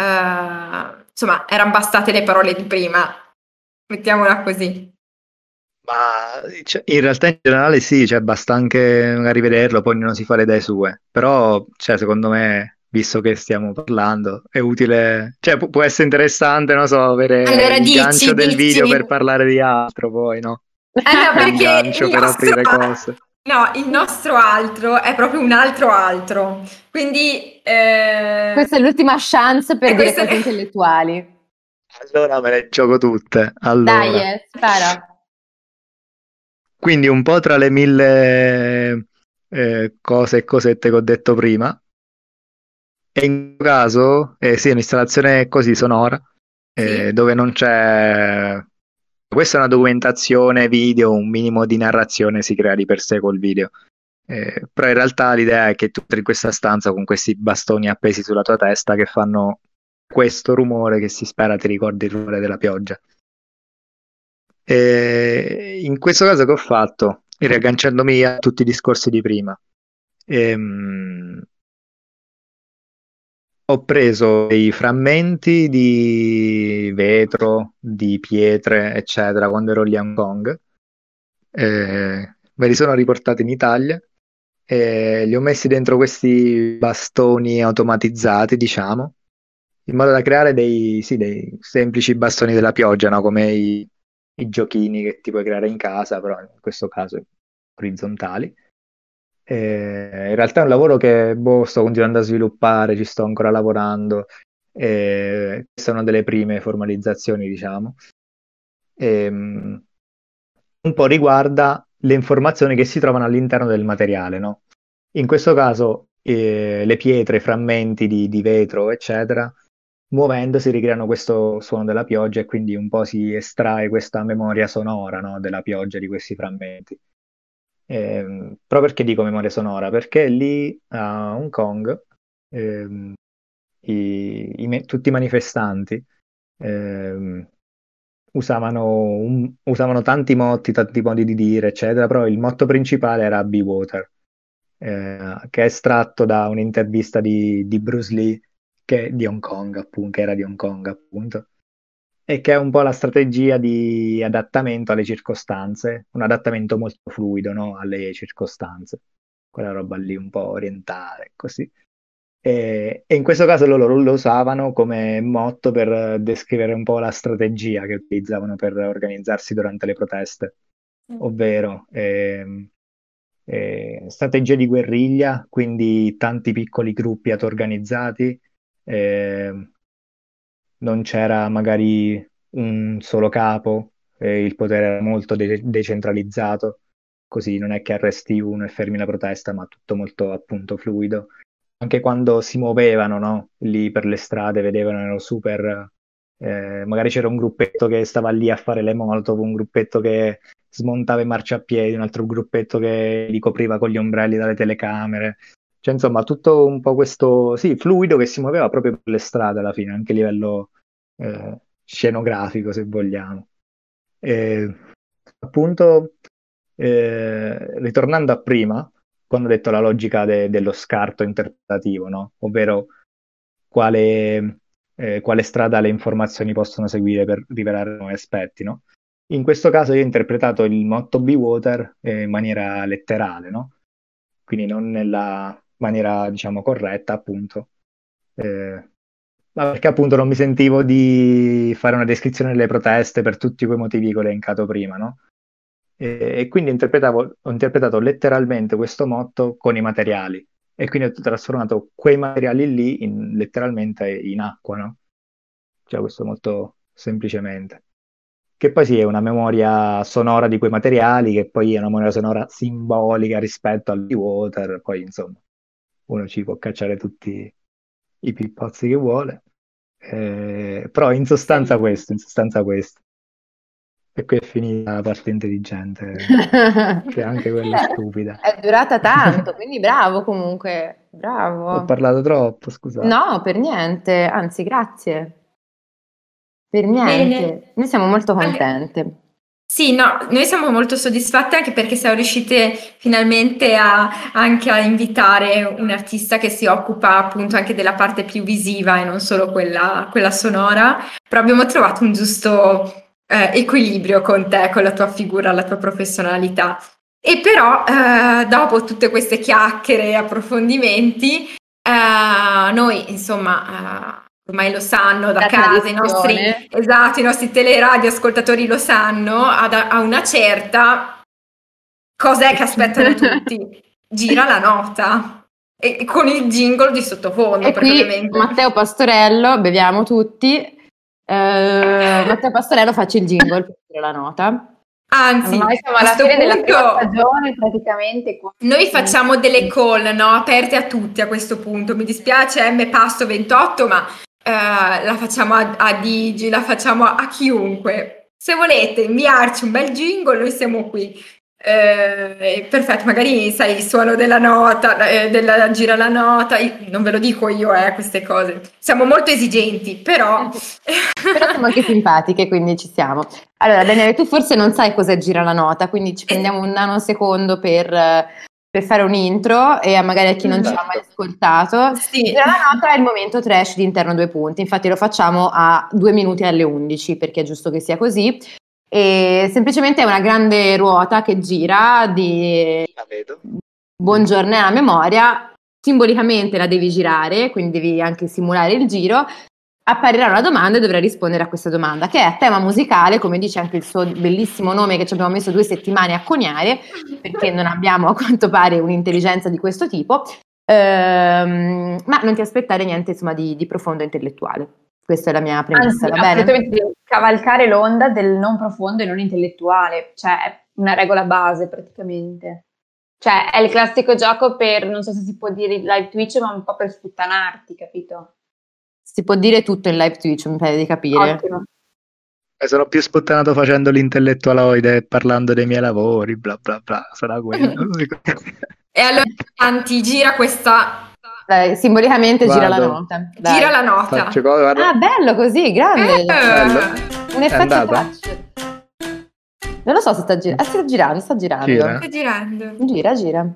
erano bastate le parole di prima. Mettiamola così. Ma in realtà in generale sì, cioè basta anche magari vederlo, poi ognuno si fa le idee sue. Però, cioè, secondo me, visto che stiamo parlando, è utile, cioè può essere interessante, non so, avere Allora, il dici, gancio del video dici. per parlare di altro, poi, no? No, Il perché gancio il per nostro, aprire cose. no, il nostro altro è proprio un altro. Quindi, Questa è l'ultima chance per dire questa- cose intellettuali. Allora me le gioco tutte. Allora, Dai, spara. quindi un po' tra le 1000 cose e cosette che ho detto prima. E in questo caso, sì, è un'installazione così sonora, Sì. dove non c'è. Questa è una documentazione video, un minimo di narrazione si crea di per sé col video. Però in realtà l'idea è che tu entri in questa stanza con questi bastoni appesi sulla tua testa che fanno questo rumore che si spera ti ricordi il rumore della pioggia. In questo caso che ho fatto, riagganciandomi a tutti i discorsi di prima, ho preso dei frammenti di vetro, di pietre, eccetera, quando ero lì a Hong Kong. Me li sono riportati in Italia e li ho messi dentro questi bastoni automatizzati, diciamo, in modo da creare sì, dei semplici bastoni della pioggia, no? Come i giochini che ti puoi creare in casa, però in questo caso orizzontali. In realtà è un lavoro che sto continuando a sviluppare, ci sto ancora lavorando. Queste sono delle prime formalizzazioni, diciamo. Un po' riguarda le informazioni che si trovano all'interno del materiale, no? In questo caso le pietre, i frammenti di vetro, eccetera, muovendosi ricreano questo suono della pioggia e quindi un po' si estrae questa memoria sonora, no, della pioggia di questi frammenti. Però perché dico memoria sonora? Perché lì a Hong Kong ehm, tutti i manifestanti ehm, usavano tanti motti, tanti modi di dire, eccetera, però il motto principale era Be Water, che è estratto da un'intervista di Bruce Lee, di Hong Kong, appunto, che era di Hong Kong, appunto, e che è un po' la strategia di adattamento alle circostanze, un adattamento molto fluido, no? Alle circostanze, quella roba lì un po' orientale, così. E in questo caso loro lo usavano come motto per descrivere un po' la strategia che utilizzavano per organizzarsi durante le proteste, ovvero strategia di guerriglia, quindi tanti piccoli gruppi auto-organizzati, ehm, non c'era magari un solo capo, il potere era molto decentralizzato, così non è che arresti uno e fermi la protesta, ma tutto molto appunto fluido. Anche quando si muovevano, no? Lì per le strade, vedevano, erano super... magari c'era un gruppetto che stava lì a fare le molotov, un gruppetto che smontava i marciapiedi, un altro gruppetto che li copriva con gli ombrelli dalle telecamere. Cioè, insomma, tutto un po' questo, sì, fluido che si muoveva proprio per le strade alla fine, anche a livello scenografico, se vogliamo. E, appunto, ritornando a prima, quando ho detto la logica dello scarto interpretativo, no? Ovvero quale strada le informazioni possono seguire per rivelare nuovi aspetti, no? In questo caso io ho interpretato il motto Be Water in maniera letterale, no? Quindi non nella maniera, diciamo, corretta, appunto. Ma perché appunto non mi sentivo di fare una descrizione delle proteste per tutti quei motivi che ho elencato prima, no? E quindi ho interpretato letteralmente questo motto con i materiali e quindi ho trasformato quei materiali lì letteralmente in acqua, no? Cioè questo molto semplicemente. Che poi sì, è una memoria sonora di quei materiali, che poi è una memoria sonora simbolica rispetto al water, poi insomma uno ci può cacciare tutti i pippozzi che vuole. Però in sostanza Sì. questo, in sostanza questo. E qui è finita la parte intelligente, che anche quella è stupida. È durata tanto, quindi bravo comunque, Ho bravo. parlato troppo, scusate. No, per niente, anzi, grazie. Per Bene. niente. Noi siamo molto Anche- contente. Sì, no, noi siamo molto soddisfatte anche perché siamo riuscite finalmente anche a invitare un artista che si occupa appunto anche della parte più visiva e non solo quella sonora, però abbiamo trovato un giusto equilibrio con te, con la tua figura, la tua professionalità. E però dopo tutte queste chiacchiere e approfondimenti, noi insomma ormai lo sanno da La casa, tradizione. esatto, i nostri teleradio ascoltatori lo sanno, a una certa, cos'è che aspettano tutti? Gira la nota e con il jingle di sottofondo, E perché qui ovviamente... Matteo Pastorello, beviamo tutti. Matteo Pastorello, faccio il jingle per dire la nota. Anzi, Ormai siamo a alla sto fine della prima punto stagione, praticamente. noi facciamo delle call, no, aperte a tutti a questo punto. Mi dispiace M Pasto 28, ma la facciamo a Digi, la facciamo a chiunque. Se volete inviarci un bel jingle, noi siamo qui. Perfetto, magari sai il suono della nota, della gira la nota, non ve lo dico io, queste cose. Siamo molto esigenti, però... Però siamo anche simpatiche, quindi ci siamo. Allora, Daniele, tu forse non sai cosa gira la nota, quindi ci prendiamo un nanosecondo per fare un intro e magari a chi non ci ha mai ascoltato. Sì. Gira la nota è il momento trash di Interno 2 Punti, infatti lo facciamo a 2 minuti alle 11 perché è giusto che sia così. E semplicemente è una grande ruota che gira di La vedo. buongiorno alla memoria, simbolicamente la devi girare, quindi devi anche simulare il giro. Apparirà una domanda e dovrai rispondere a questa domanda, che è a tema musicale, come dice anche il suo bellissimo nome che ci abbiamo messo 2 settimane a coniare, perché non abbiamo a quanto pare un'intelligenza di questo tipo, ma non ti aspettare niente insomma di profondo intellettuale. Questa è la mia premessa, Anzi, va bene? assolutamente devi cavalcare l'onda del non profondo e non intellettuale, cioè è una regola base praticamente. Cioè è il classico gioco per, non so se si può dire live Twitch, ma un po' per sputtanarti, capito? Si può dire tutto in live Twitch, mi pare di capire. Ottimo. Sono più sputtanato facendo l'intellettualoide e parlando dei miei lavori, bla bla bla, sarà quello. E allora, Santi, gira questa... Dai, simbolicamente gira la Vado. nota. Dai. Gira la nota. Faccio cosa, guarda. Ah, bello così, grande. Bello. Un È effetto andata? touch. Non lo so se sta girando. Sta girando, sta girando. Gira. Sta girando. Gira, gira.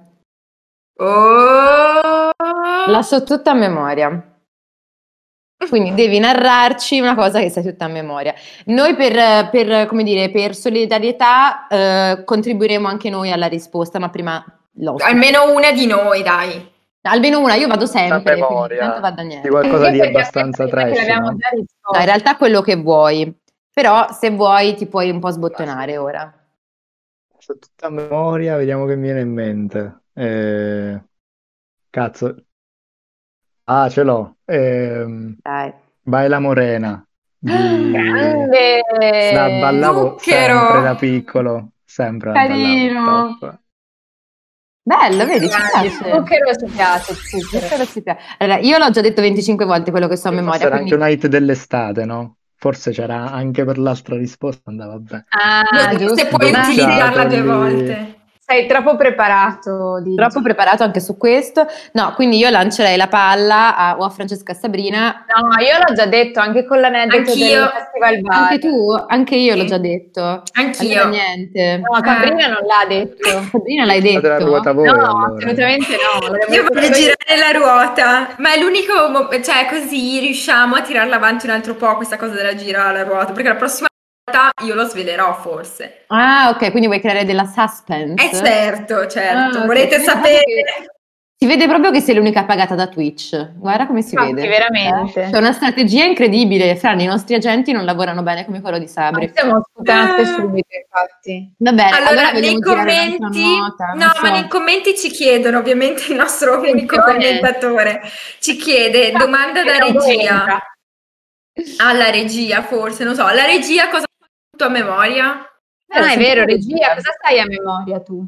Oh! La so tutta a memoria. Quindi devi narrarci una cosa che sai tutta a memoria. Noi come dire, per solidarietà contribuiremo anche noi alla risposta, ma prima l'ospite. Almeno una di noi, dai. Almeno una, io vado A sempre, quindi memoria. intanto va Daniele. Di qualcosa di Perché abbastanza prima che trash, l'abbiamo no? già risposto. No, in realtà quello che vuoi, però se vuoi ti puoi un po' sbottonare ora. Su tutta memoria, vediamo che mi viene in mente. Cazzo. Ah, ce l'ho. Dai. Baila Morena. Grande! La ballavo Zucchero! sempre da piccolo. Sempre la Carino. ballavo. Top. Bello, vedi, ci Grande. piace. Zucchero ci piace, zucchero. Zucchero ci piace. Allora, io l'ho già detto 25 volte quello che so a memoria, Forse era quindi anche una hit dell'estate, no? Forse c'era anche per l'altra risposta, andava bene. Ah, Non so se giusto. puoi Bocciato utilizzarla 2 lì. volte. sei troppo preparato, Digi. troppo preparato anche su questo. No, quindi io lancerei la palla o a Francesca Sabrina. No, io l'ho già detto anche con l'aneddoto Anch'io. del Festival Bar. Anche tu? Anche io l'ho Sì. già detto. Anch'io. Allora niente. No, Sabrina non l'ha detto. Sabrina l'hai Fate la detto? ruota voi, No, allora. assolutamente no. l'abbiamo Io detto voglio solo io. girare la ruota, ma è l'unico, cioè così riusciamo a tirarla avanti un altro po' questa cosa della gira alla ruota, perché la prossima volta io lo svelerò forse. Ah, ok, quindi vuoi creare della suspense? Certo, certo. Ah, ok. Volete Sì, sapere? Si vede proprio che sei l'unica pagata da Twitch. Guarda come si Infatti, vede. veramente. C'è una strategia incredibile. Fran, i nostri agenti non lavorano bene come quello di Sabri. Siamo sputanate subito, infatti. Va bene, allora nei vogliamo girare un'altra commenti, nota, non no, ma so. nei commenti ci chiedono, ovviamente il nostro unico Attenzione. commentatore ci chiede, domanda da Vediamo dove regia, entra. alla regia forse, non so, la regia cosa ha tutto a memoria? Ah, è vero, sentiamo regia, cosa stai a memoria tu?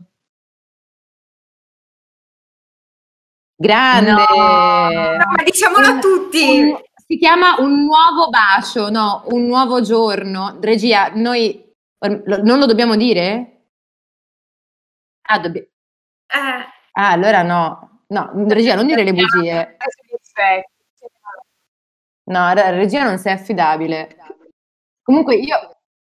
Grande! No, No, ma diciamolo a tutti! Si chiama Un nuovo bacio, no, un nuovo giorno. Regia, noi non lo dobbiamo dire? Ah, allora no. No, regia, non dire le bugie. No, regia non sei affidabile. Comunque io...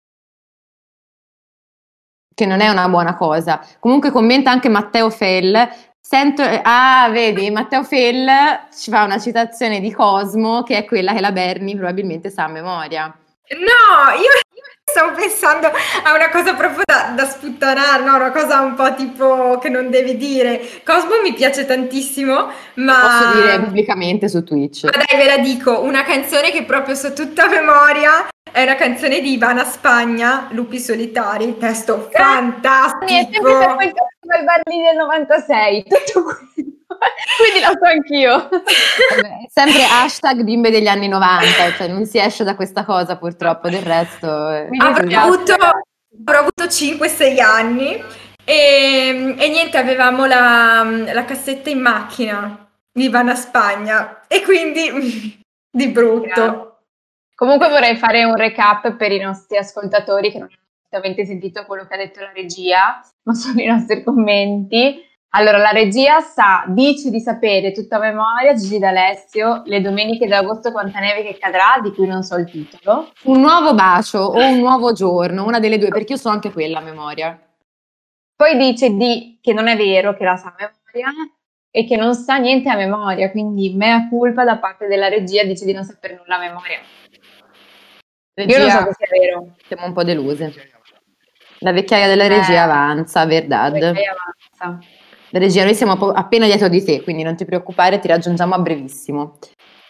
Che non è una buona cosa. Comunque commenta anche Matteo Fell. Vedi, Matteo Fell ci fa una citazione di Cosmo, che è quella che la Berni probabilmente sa a memoria. No, io stavo pensando a una cosa proprio da sputtanare, no? Una cosa un po' tipo che non devi dire. Cosmo mi piace tantissimo, ma... Posso dire pubblicamente su Twitch. Ma dai, ve la dico, una canzone che proprio so tutta a memoria è una canzone di Ivana Spagna, Lupi Solitari, testo fantastico. Sempre per quel Festival Bar lì del 96, tutto quello. Quindi lo so anch'io. Vabbè, sempre hashtag bimbe degli anni 90, cioè non si esce da questa cosa purtroppo, del resto... Avrò avuto 5-6 anni e niente, avevamo la cassetta in macchina di Ivana Spagna e quindi di brutto. Comunque vorrei fare un recap per i nostri ascoltatori che non hanno assolutamente sentito quello che ha detto la regia, ma solo i nostri commenti. Allora, la regia dice di sapere tutta a memoria Gigi D'Alessio, Le domeniche d'agosto quanta neve che cadrà, di cui non so il titolo. Un nuovo bacio o un nuovo giorno, una delle due, perché io so anche quella a memoria. Poi dice che non è vero che la sa a memoria e che non sa niente a memoria, quindi mea culpa da parte della regia, dice di non sapere nulla a memoria. Regia, io non so se sia vero. Siamo un po' deluse. La vecchiaia della regia avanza, verdad. La vecchiaia avanza. La regia, noi siamo appena dietro di te, quindi non ti preoccupare, ti raggiungiamo a brevissimo.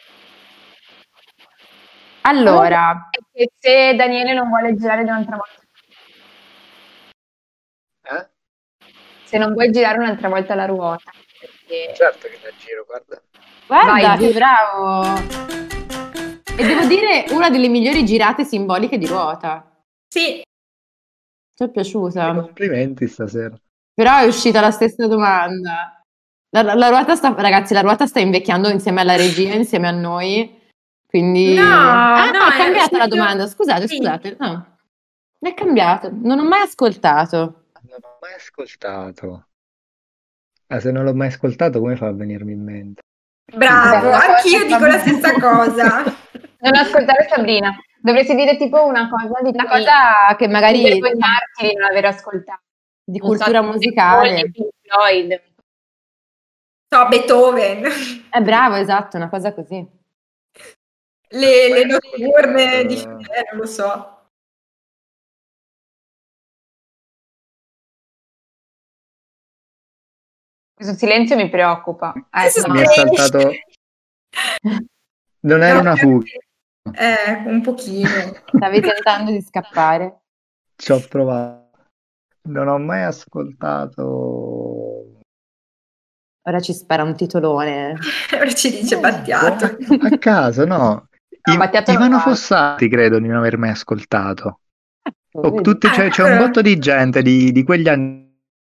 Allora, se Daniele non vuole girare un'altra volta, se non vuoi girare un'altra volta la ruota, perché... Certo che la giro, guarda. Guarda, Vai, che bravo! E devo dire, una delle migliori girate simboliche di ruota. Sì. Ti è piaciuta? Complimenti stasera. Però è uscita la stessa domanda. La ruota ragazzi, la ruota sta invecchiando insieme alla regia, insieme a noi. Quindi... No, è cambiata la scelto- domanda, scusate, sì. no. È cambiato, non ho mai ascoltato. Non ho mai ascoltato. Se non l'ho mai ascoltato, come fa a venirmi in mente? Bravo, Beh, una anch'io cosa dico la stessa cosa. Non ascoltare Sabrina. Dovresti dire tipo una cosa di Una cui cosa che di magari vergognarti di non aver ascoltato. di Non so, cultura tipo musicale. di Pink Floyd. So, Beethoven, È bravo, esatto, una cosa così. le Mai notturne di ascoltato. non lo so. Questo silenzio mi preoccupa. Adesso no. Mi è saltato... Non era No, una fuga. un pochino. Stavi tentando di scappare. Ci ho provato. Non ho mai ascoltato... Ora ci spara un titolone. Ora ci dice Battiato. A caso, no. Battiato non Ivano vale. Fossati credo di non aver mai ascoltato. Vedi? C'è un botto di gente di quegli anni.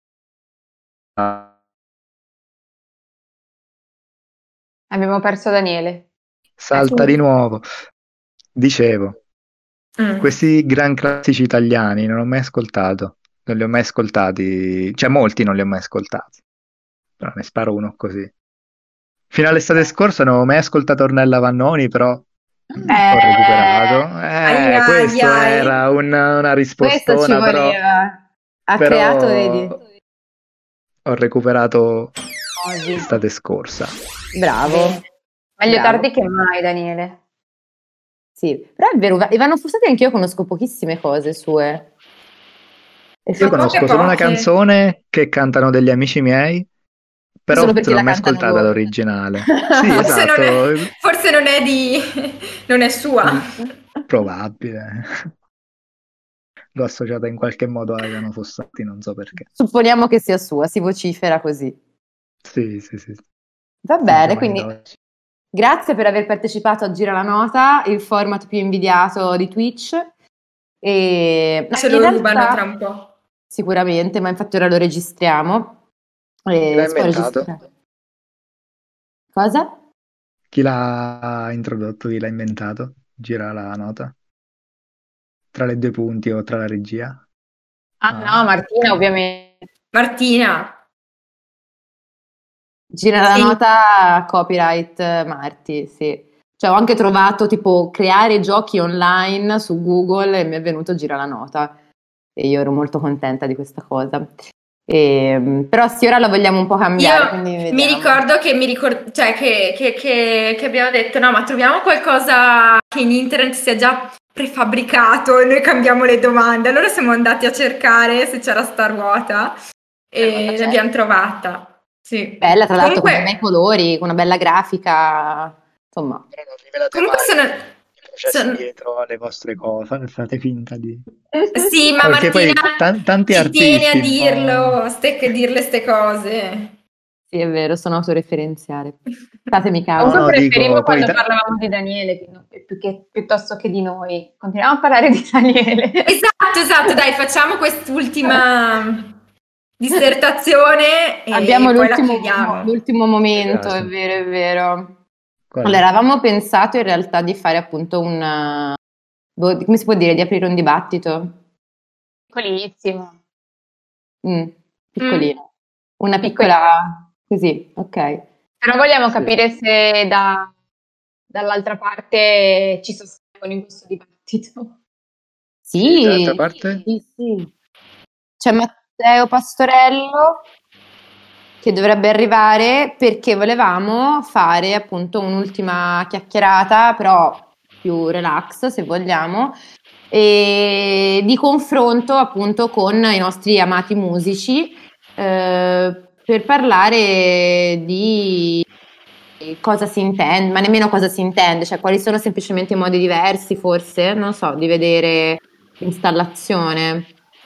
Abbiamo perso Daniele. Salta di nuovo. Dicevo, Mm. questi gran classici italiani non ho mai ascoltato. Non li ho mai ascoltati. Cioè, molti non li ho mai ascoltati. Però ne sparo uno così. Fino all'estate scorsa non ho mai ascoltato Ornella Vannoni, però ho recuperato. Ai, ai, Questo ai. era una Questo ci rispostona, però voleva. Ha però creato, vedi? ho recuperato Oggi. l'estate scorsa. Bravo. Meglio Bravo. tardi che mai, Daniele. Sì, però è vero, Ivano Fossati anch'io conosco pochissime cose sue. E Io conosco solo una poche. canzone che cantano degli amici miei, però Solo perché non ho la mai cantano ascoltata loro. l'originale. Sì, Forse esatto, non è non è sua. probabile. L'ho associata in qualche modo a Ivano Fossati, non so perché. Supponiamo che sia sua, si vocifera così. Sì, sì, sì. Va Si bene, chiama quindi Indoci. grazie per aver partecipato a Gira la Nota, il format più invidiato di Twitch. E Ce in lo rubano realtà- tra un po'. Sicuramente, ma infatti ora lo registriamo. Chi l'ha Si può inventato? registrare. Cosa? Chi l'ha introdotto? Chi l'ha inventato? Gira la nota? Tra le due punti o tra la regia? No, Martina, ovviamente. Martina. Gira la Sì. nota copyright Marti, sì. Cioè ho anche trovato tipo creare giochi online su Google e mi è venuto Gira la nota e io ero molto contenta di questa cosa. Però sì, ora la vogliamo un po' cambiare, quindi Mi vediamo. ricordo cioè che abbiamo detto no, ma troviamo qualcosa che in internet sia già prefabbricato e noi cambiamo le domande. Allora siamo andati a cercare se c'era sta ruota e l'abbiamo trovata. Sì. Bella, tra l'altro, con Comunque- dei bei colori, con una bella grafica, insomma. Però non rivelate Comunque mai sono- i processi sono- dietro alle vostre cose, fate finta di... Sì, ma Perché poi Martina tanti ci tiene a artisti, dirlo, dirle ste cose. Sì, è vero, sono autoreferenziale. Fatemi caso. Comunque no, preferivo dico, poi quando parlavamo di Daniele piuttosto che di noi. Continuiamo a parlare di Daniele. Esatto, dai, facciamo quest'ultima dissertazione e Abbiamo poi la chiudiamo. l'ultimo momento, Esatto. è vero. Qual è? Allora, avevamo pensato in realtà di fare appunto come si può dire, di aprire un dibattito? Piccolissimo. Piccolino. Una piccola... Così, ok. Però vogliamo Sì. capire se dall'altra parte ci sostengono in questo dibattito. Sì, Dall'altra parte? sì. C'è Matteo Pastorello che dovrebbe arrivare perché volevamo fare appunto un'ultima chiacchierata, però più relax se vogliamo, e di confronto appunto con i nostri amati musici per parlare di cosa si intende, ma nemmeno cosa si intende, cioè quali sono semplicemente i modi diversi forse, non so, di vedere l'installazione.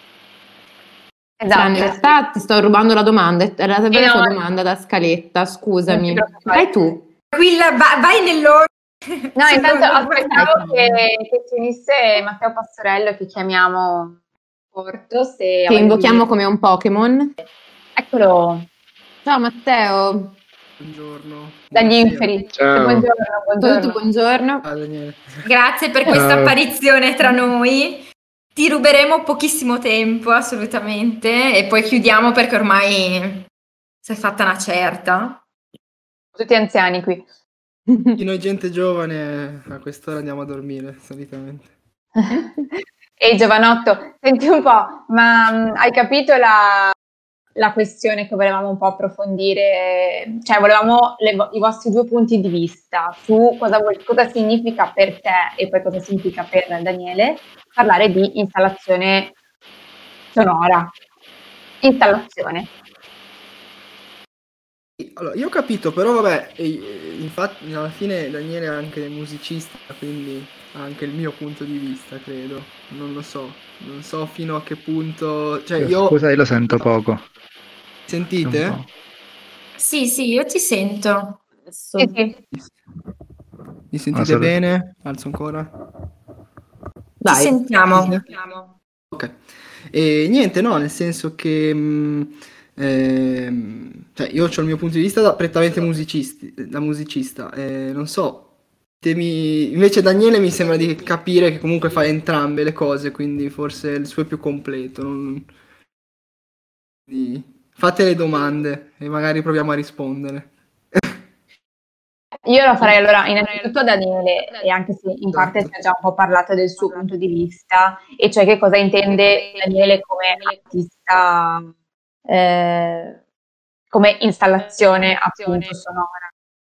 Esatto. In realtà ti sto rubando la domanda, era sempre la no, tua domanda da scaletta, scusami. Non ti preoccupare. Vai tu. Tranquilla, vai nell'ordine. No, intanto aspettavo vai. che ci unisse Matteo Pastorello, che chiamiamo Porto. Che invochiamo come un Pokémon. Eccolo. Ciao Matteo. Buongiorno, Dagli buonasera. inferi. Ciao. Buongiorno, Tutto, buongiorno. buongiorno. Ah, Daniele. Grazie per questa Ciao. apparizione tra noi. Ti ruberemo pochissimo tempo, assolutamente, e poi chiudiamo perché ormai si è fatta una certa. Tutti anziani qui. Sì, noi gente giovane a quest'ora andiamo a dormire, solitamente. Ehi giovanotto, senti un po', ma hai capito la questione che volevamo un po' approfondire? Cioè, volevamo i vostri due punti di vista su cosa significa per te e poi cosa significa per Daniele parlare di installazione sonora. Installazione. Allora, io ho capito, però vabbè, infatti alla fine Daniele è anche musicista, quindi ha anche il mio punto di vista, credo. Non lo so, non so fino a che punto... Cioè, io... Scusa, io lo sento poco. Un Sentite? po'. Sì, io ti sento. Adesso. Sì, sì. Mi sentite solo- bene? Alzo ancora. Ti Dai. sentiamo. Ok. E niente, no, nel senso che cioè, io ho il mio punto di vista prettamente da musicista, non so, invece Daniele mi sembra di capire che comunque fa entrambe le cose, quindi forse il suo è più completo. Fate le domande e magari proviamo a rispondere. Io lo farei allora innanzitutto a Daniele, e anche se in parte Esatto. si è già un po' parlato del suo punto di vista, e cioè che cosa intende Daniele come artista, come installazione appunto sonora.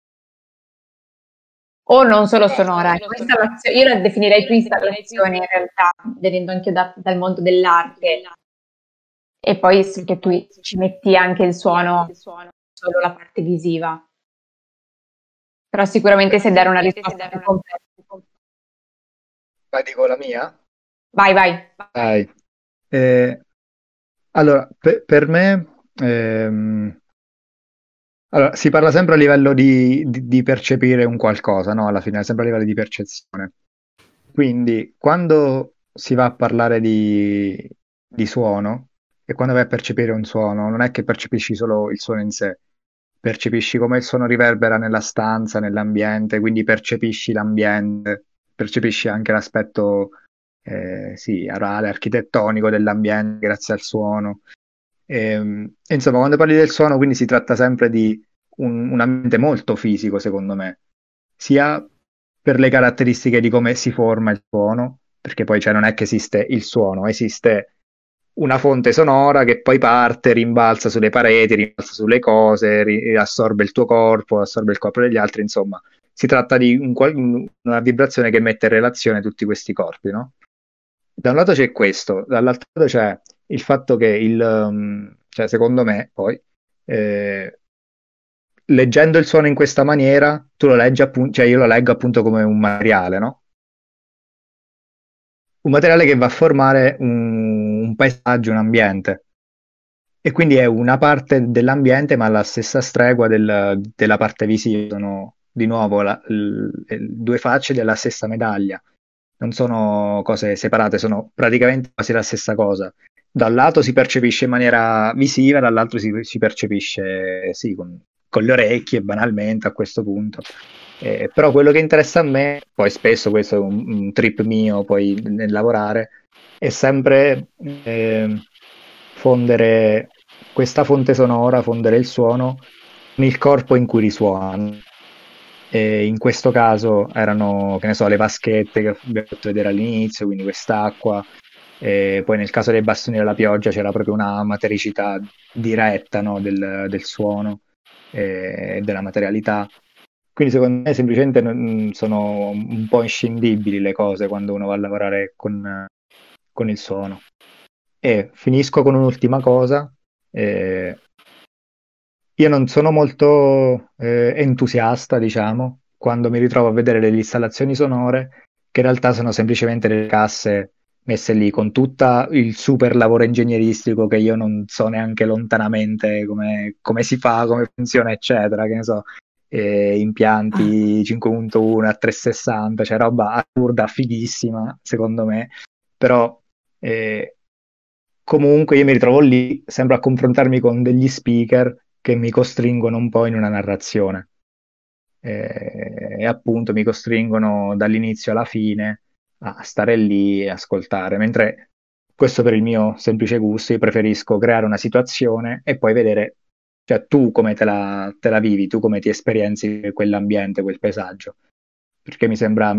O non solo sonora, ecco, io la definirei più installazione in realtà, venendo anche dal mondo dell'arte. E poi sì che tu ci metti anche il suono, solo la parte visiva. Però sicuramente sai dare una risposta più completa. Ma dico la mia? Vai. Dai. Allora, per me, allora, si parla sempre a livello di percepire un qualcosa, no? Alla fine, sempre a livello di percezione. Quindi, quando si va a parlare di suono e quando vai a percepire un suono, non è che percepisci solo il suono in sé, percepisci come il suono riverbera nella stanza, nell'ambiente, quindi percepisci l'ambiente, percepisci anche l'aspetto, sì, arale, architettonico dell'ambiente grazie al suono. Insomma, quando parli del suono, quindi si tratta sempre di un ambiente molto fisico, secondo me, sia per le caratteristiche di come si forma il suono, perché poi cioè, non è che esiste il suono, esiste una fonte sonora che poi parte, rimbalza sulle pareti, rimbalza sulle cose, assorbe il tuo corpo, assorbe il corpo degli altri, insomma, si tratta di una vibrazione che mette in relazione tutti questi corpi, no? Da un lato c'è questo, dall'altro lato c'è il fatto che cioè, secondo me, poi, eh, leggendo il suono in questa maniera, tu lo leggi appunto, cioè io lo leggo appunto come un materiale, no? Un materiale che va a formare un paesaggio, un ambiente. E quindi è una parte dell'ambiente, ma alla stessa stregua della parte visiva. Sono di nuovo due facce della stessa medaglia. Non sono cose separate, sono praticamente quasi la stessa cosa. Da un lato si percepisce in maniera visiva, dall'altro si percepisce sì, con le orecchie, banalmente a questo punto. Però quello che interessa a me, poi spesso questo è un trip mio poi nel lavorare, è sempre fondere questa fonte sonora, fondere il suono con il corpo in cui risuona. E in questo caso erano, che ne so, le vaschette che abbiamo fatto vedere all'inizio, quindi quest'acqua. E poi nel caso dei bastoni della pioggia c'era proprio una matericità diretta, no, del suono e della materialità. Quindi secondo me semplicemente sono un po' inscindibili le cose quando uno va a lavorare con il suono. E finisco con un'ultima cosa. eh, io non sono molto entusiasta, diciamo, quando mi ritrovo a vedere delle installazioni sonore che in realtà sono semplicemente delle casse messe lì con tutto il super lavoro ingegneristico che io non so neanche lontanamente come si fa, come funziona, eccetera, che ne so, impianti 5.1 a 360, cioè roba assurda, fighissima, secondo me, però comunque io mi ritrovo lì sempre a confrontarmi con degli speaker che mi costringono un po' in una narrazione. E appunto mi costringono dall'inizio alla fine a stare lì e ascoltare, mentre questo per il mio semplice gusto, io preferisco creare una situazione e poi vedere, cioè tu come te la vivi, tu come ti esperienzi quell'ambiente, quel paesaggio, perché mi sembra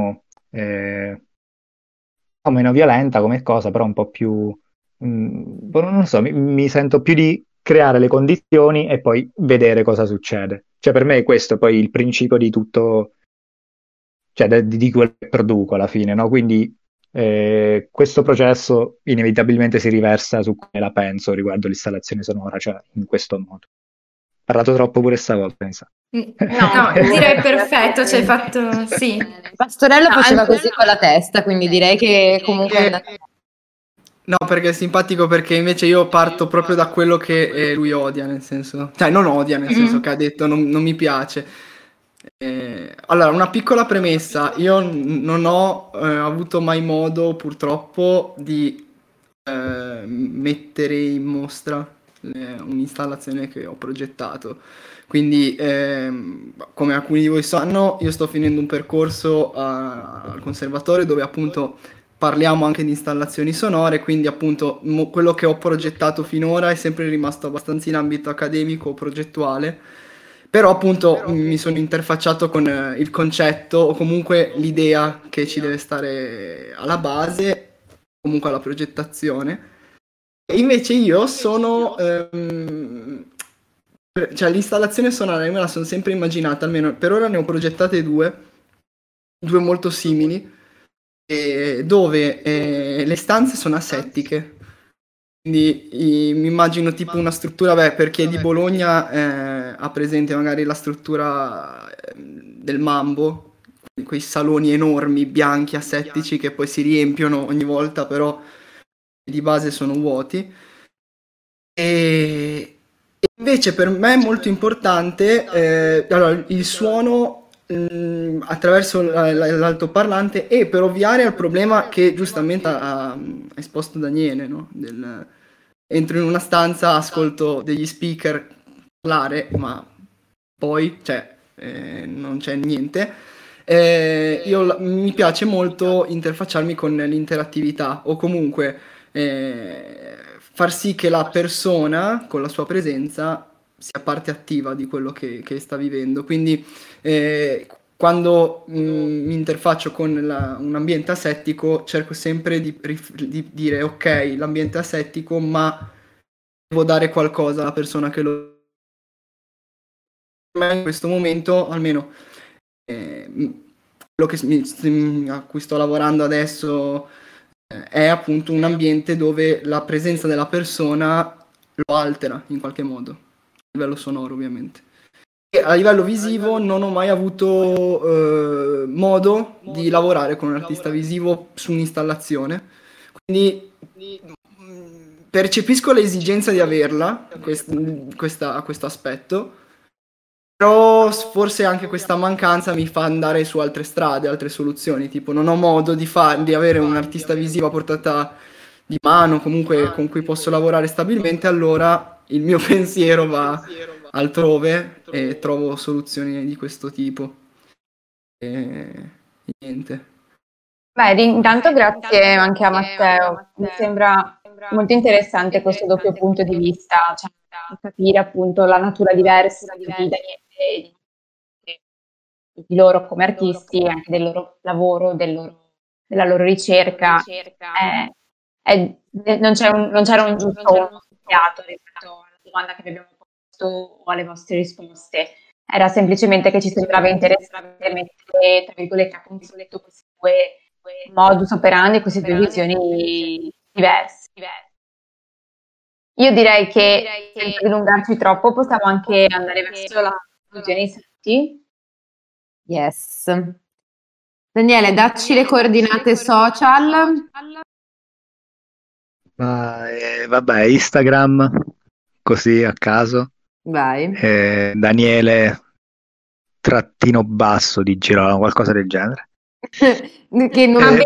meno violenta come cosa, però un po' più, non lo so, mi sento più di creare le condizioni e poi vedere cosa succede. Cioè per me è questo poi il principio di tutto, cioè di quello che produco alla fine, no? Quindi questo processo inevitabilmente si riversa su come la penso riguardo l'installazione sonora, cioè in questo modo. Ho parlato troppo pure stavolta, mi sa. No, direi perfetto, ci hai fatto, sì. Pastorello No, faceva anche- così con la testa, quindi direi che comunque è andato. No, perché è simpatico perché invece io parto proprio da quello che lui odia, nel senso, cioè non odia, nel senso che ha detto non mi piace. Allora, una piccola premessa, io non ho avuto mai modo purtroppo di mettere in mostra un'installazione che ho progettato. Quindi, come alcuni di voi sanno, io sto finendo un percorso al conservatorio dove appunto parliamo anche di installazioni sonore, quindi appunto quello che ho progettato finora è sempre rimasto abbastanza in ambito accademico o progettuale, però appunto mi sono interfacciato con il concetto o comunque l'idea che ci deve stare alla base, comunque alla progettazione. E invece io sono, cioè l'installazione sonora io me la sono sempre immaginata, almeno per ora ne ho progettate due molto simili dove le stanze sono asettiche. Quindi mi immagino tipo una struttura, beh, per chi è di Bologna ha presente magari la struttura del Mambo, quei saloni enormi, bianchi, asettici, che poi si riempiono ogni volta, però di base sono vuoti. E invece per me è molto importante allora, il suono attraverso l'altoparlante e per ovviare al problema che giustamente ha esposto Daniele, no? Entro in una stanza, ascolto degli speaker parlare, ma poi non c'è niente. Mi piace molto interfacciarmi con l'interattività o comunque far sì che la persona con la sua presenza sia parte attiva di quello che sta vivendo. Quindi quando mi interfaccio con un ambiente asettico cerco sempre di dire ok, l'ambiente è asettico, ma devo dare qualcosa alla persona che lo... in questo momento, almeno quello a cui sto lavorando adesso è appunto un ambiente dove la presenza della persona lo altera in qualche modo, a livello sonoro ovviamente. E a livello visivo non ho mai avuto modo di lavorare con un artista visivo su un'installazione, quindi percepisco l'esigenza di averla, questo aspetto, però forse anche questa mancanza mi fa andare su altre strade, altre soluzioni, tipo non ho modo di avere un artista visivo a portata di mano, comunque con cui posso lavorare stabilmente, allora il mio pensiero va altrove e trovo soluzioni di questo tipo. E niente. Beh, intanto grazie anche a Matteo, mi sembra molto interessante questo doppio punto di vista, cioè capire appunto la natura diversa di Daniele e di loro come artisti, anche del loro lavoro, della loro ricerca. Non c'era un giusto o uno sbagliato rispetto alla domanda che vi abbiamo posto o alle vostre risposte. Era semplicemente che ci sembrava interessante mettere, tra virgolette, a conflitto questi due modus operandi, queste due visioni diverse. Io direi che senza dilungarci troppo possiamo anche andare verso la conclusione in senti. Yes. Daniele, dacci le coordinate social. Vabbè, Instagram, così a caso. Vai. Daniele _basso di Girolamo, qualcosa del genere. Che non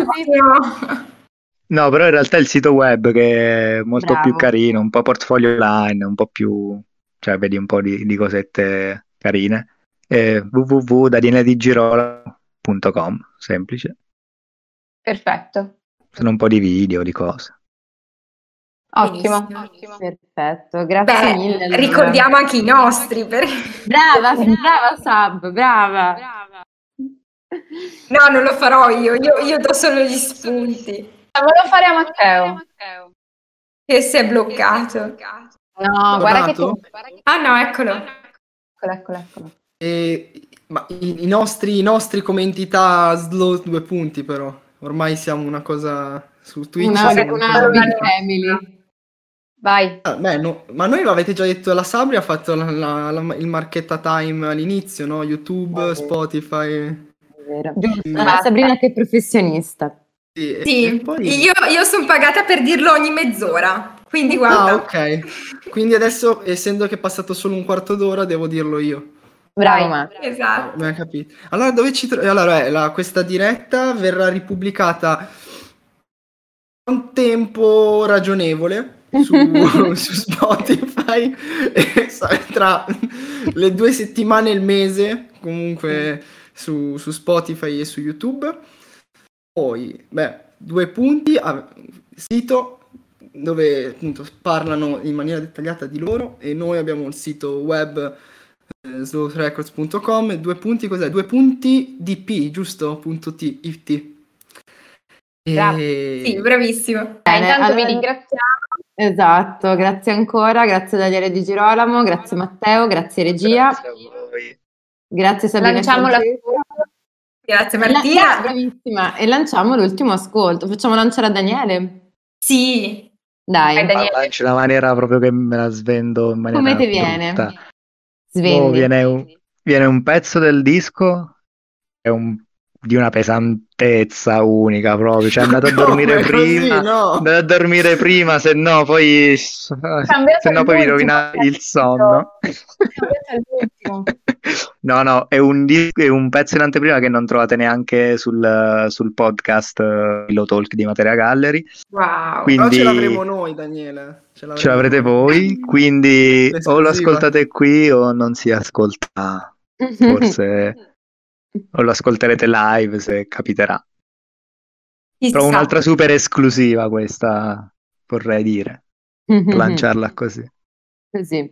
No, però in realtà è il sito web che è molto Bravo. più carino, un po' portfolio online, un po' più cioè vedi un po' di cosette carine. www.danieledigirolamo.com, semplice. Perfetto. Sono un po' di video, di cose. Ottimo. Benissimo. Perfetto, grazie Beh, mille. Allora. ricordiamo anche i nostri. Brava, brava Sab, brava. No, non lo farò io do solo gli spunti. Volevo fare a Matteo. Che si è bloccato. No, guarda che Tornato? tu. Ah no, eccolo. Eccolo. Ma i nostri come entità Slow 2 punti però. Ormai siamo una cosa su Twitch. Una siamo big family. Vai. Beh, no, ma noi l'avete già detto, la Sabri ha fatto il Marchetta Time all'inizio, no? YouTube, Spotify. È vero. Giusto, Ma basta. Sabrina che professionista. Sì, e Sì, poi... io sono pagata per dirlo ogni mezz'ora. Quindi guarda. Ah, ok. Quindi adesso, essendo che è passato solo un quarto d'ora, devo dirlo io. Bravo Vai. Matt. Esatto. Abbiamo capito. Allora, dove allora, questa diretta verrà ripubblicata a un tempo ragionevole su Spotify tra le 2 settimane e il mese, comunque su Spotify e su YouTube. Poi, 2 punti, sito dove appunto parlano in maniera dettagliata di loro, e noi abbiamo il sito web slowrecords.com, e 2 punti cos'è? 2 punti DP, giusto? Punto .it. Bravo. Sì, bravissimo. Bene, Intanto vi allora- ringraziamo. Esatto, grazie ancora, grazie Daniele Di Girolamo, grazie Matteo, grazie regia, Grazie a voi. grazie Sabrina e Lanciamo la Francesco. Grazie E Martina. bravissima, e lanciamo l'ultimo ascolto. Facciamo lanciare a Daniele? Sì. Dai, Vai, Daniele. Lanci una maniera proprio che me la svendo in maniera come ti viene? brutta. Svendi. Viene un pezzo del disco di una pesantezza unica proprio, cioè andate a dormire Come così, prima, no? andate a dormire prima, se no poi vi rovina il sonno. Cambiate all'ultimo. No, è un pezzo in anteprima che non trovate neanche sul podcast Pillow Talk di Materia Gallery. Wow. Però ce l'avremo Quindi noi, Daniele. ce l'avrete noi. voi, quindi o lo L'esclusiva. ascoltate qui o non si ascolta, forse, o lo ascolterete live se capiterà. Però Chissà. un'altra super esclusiva questa, vorrei dire, per lanciarla così. Così.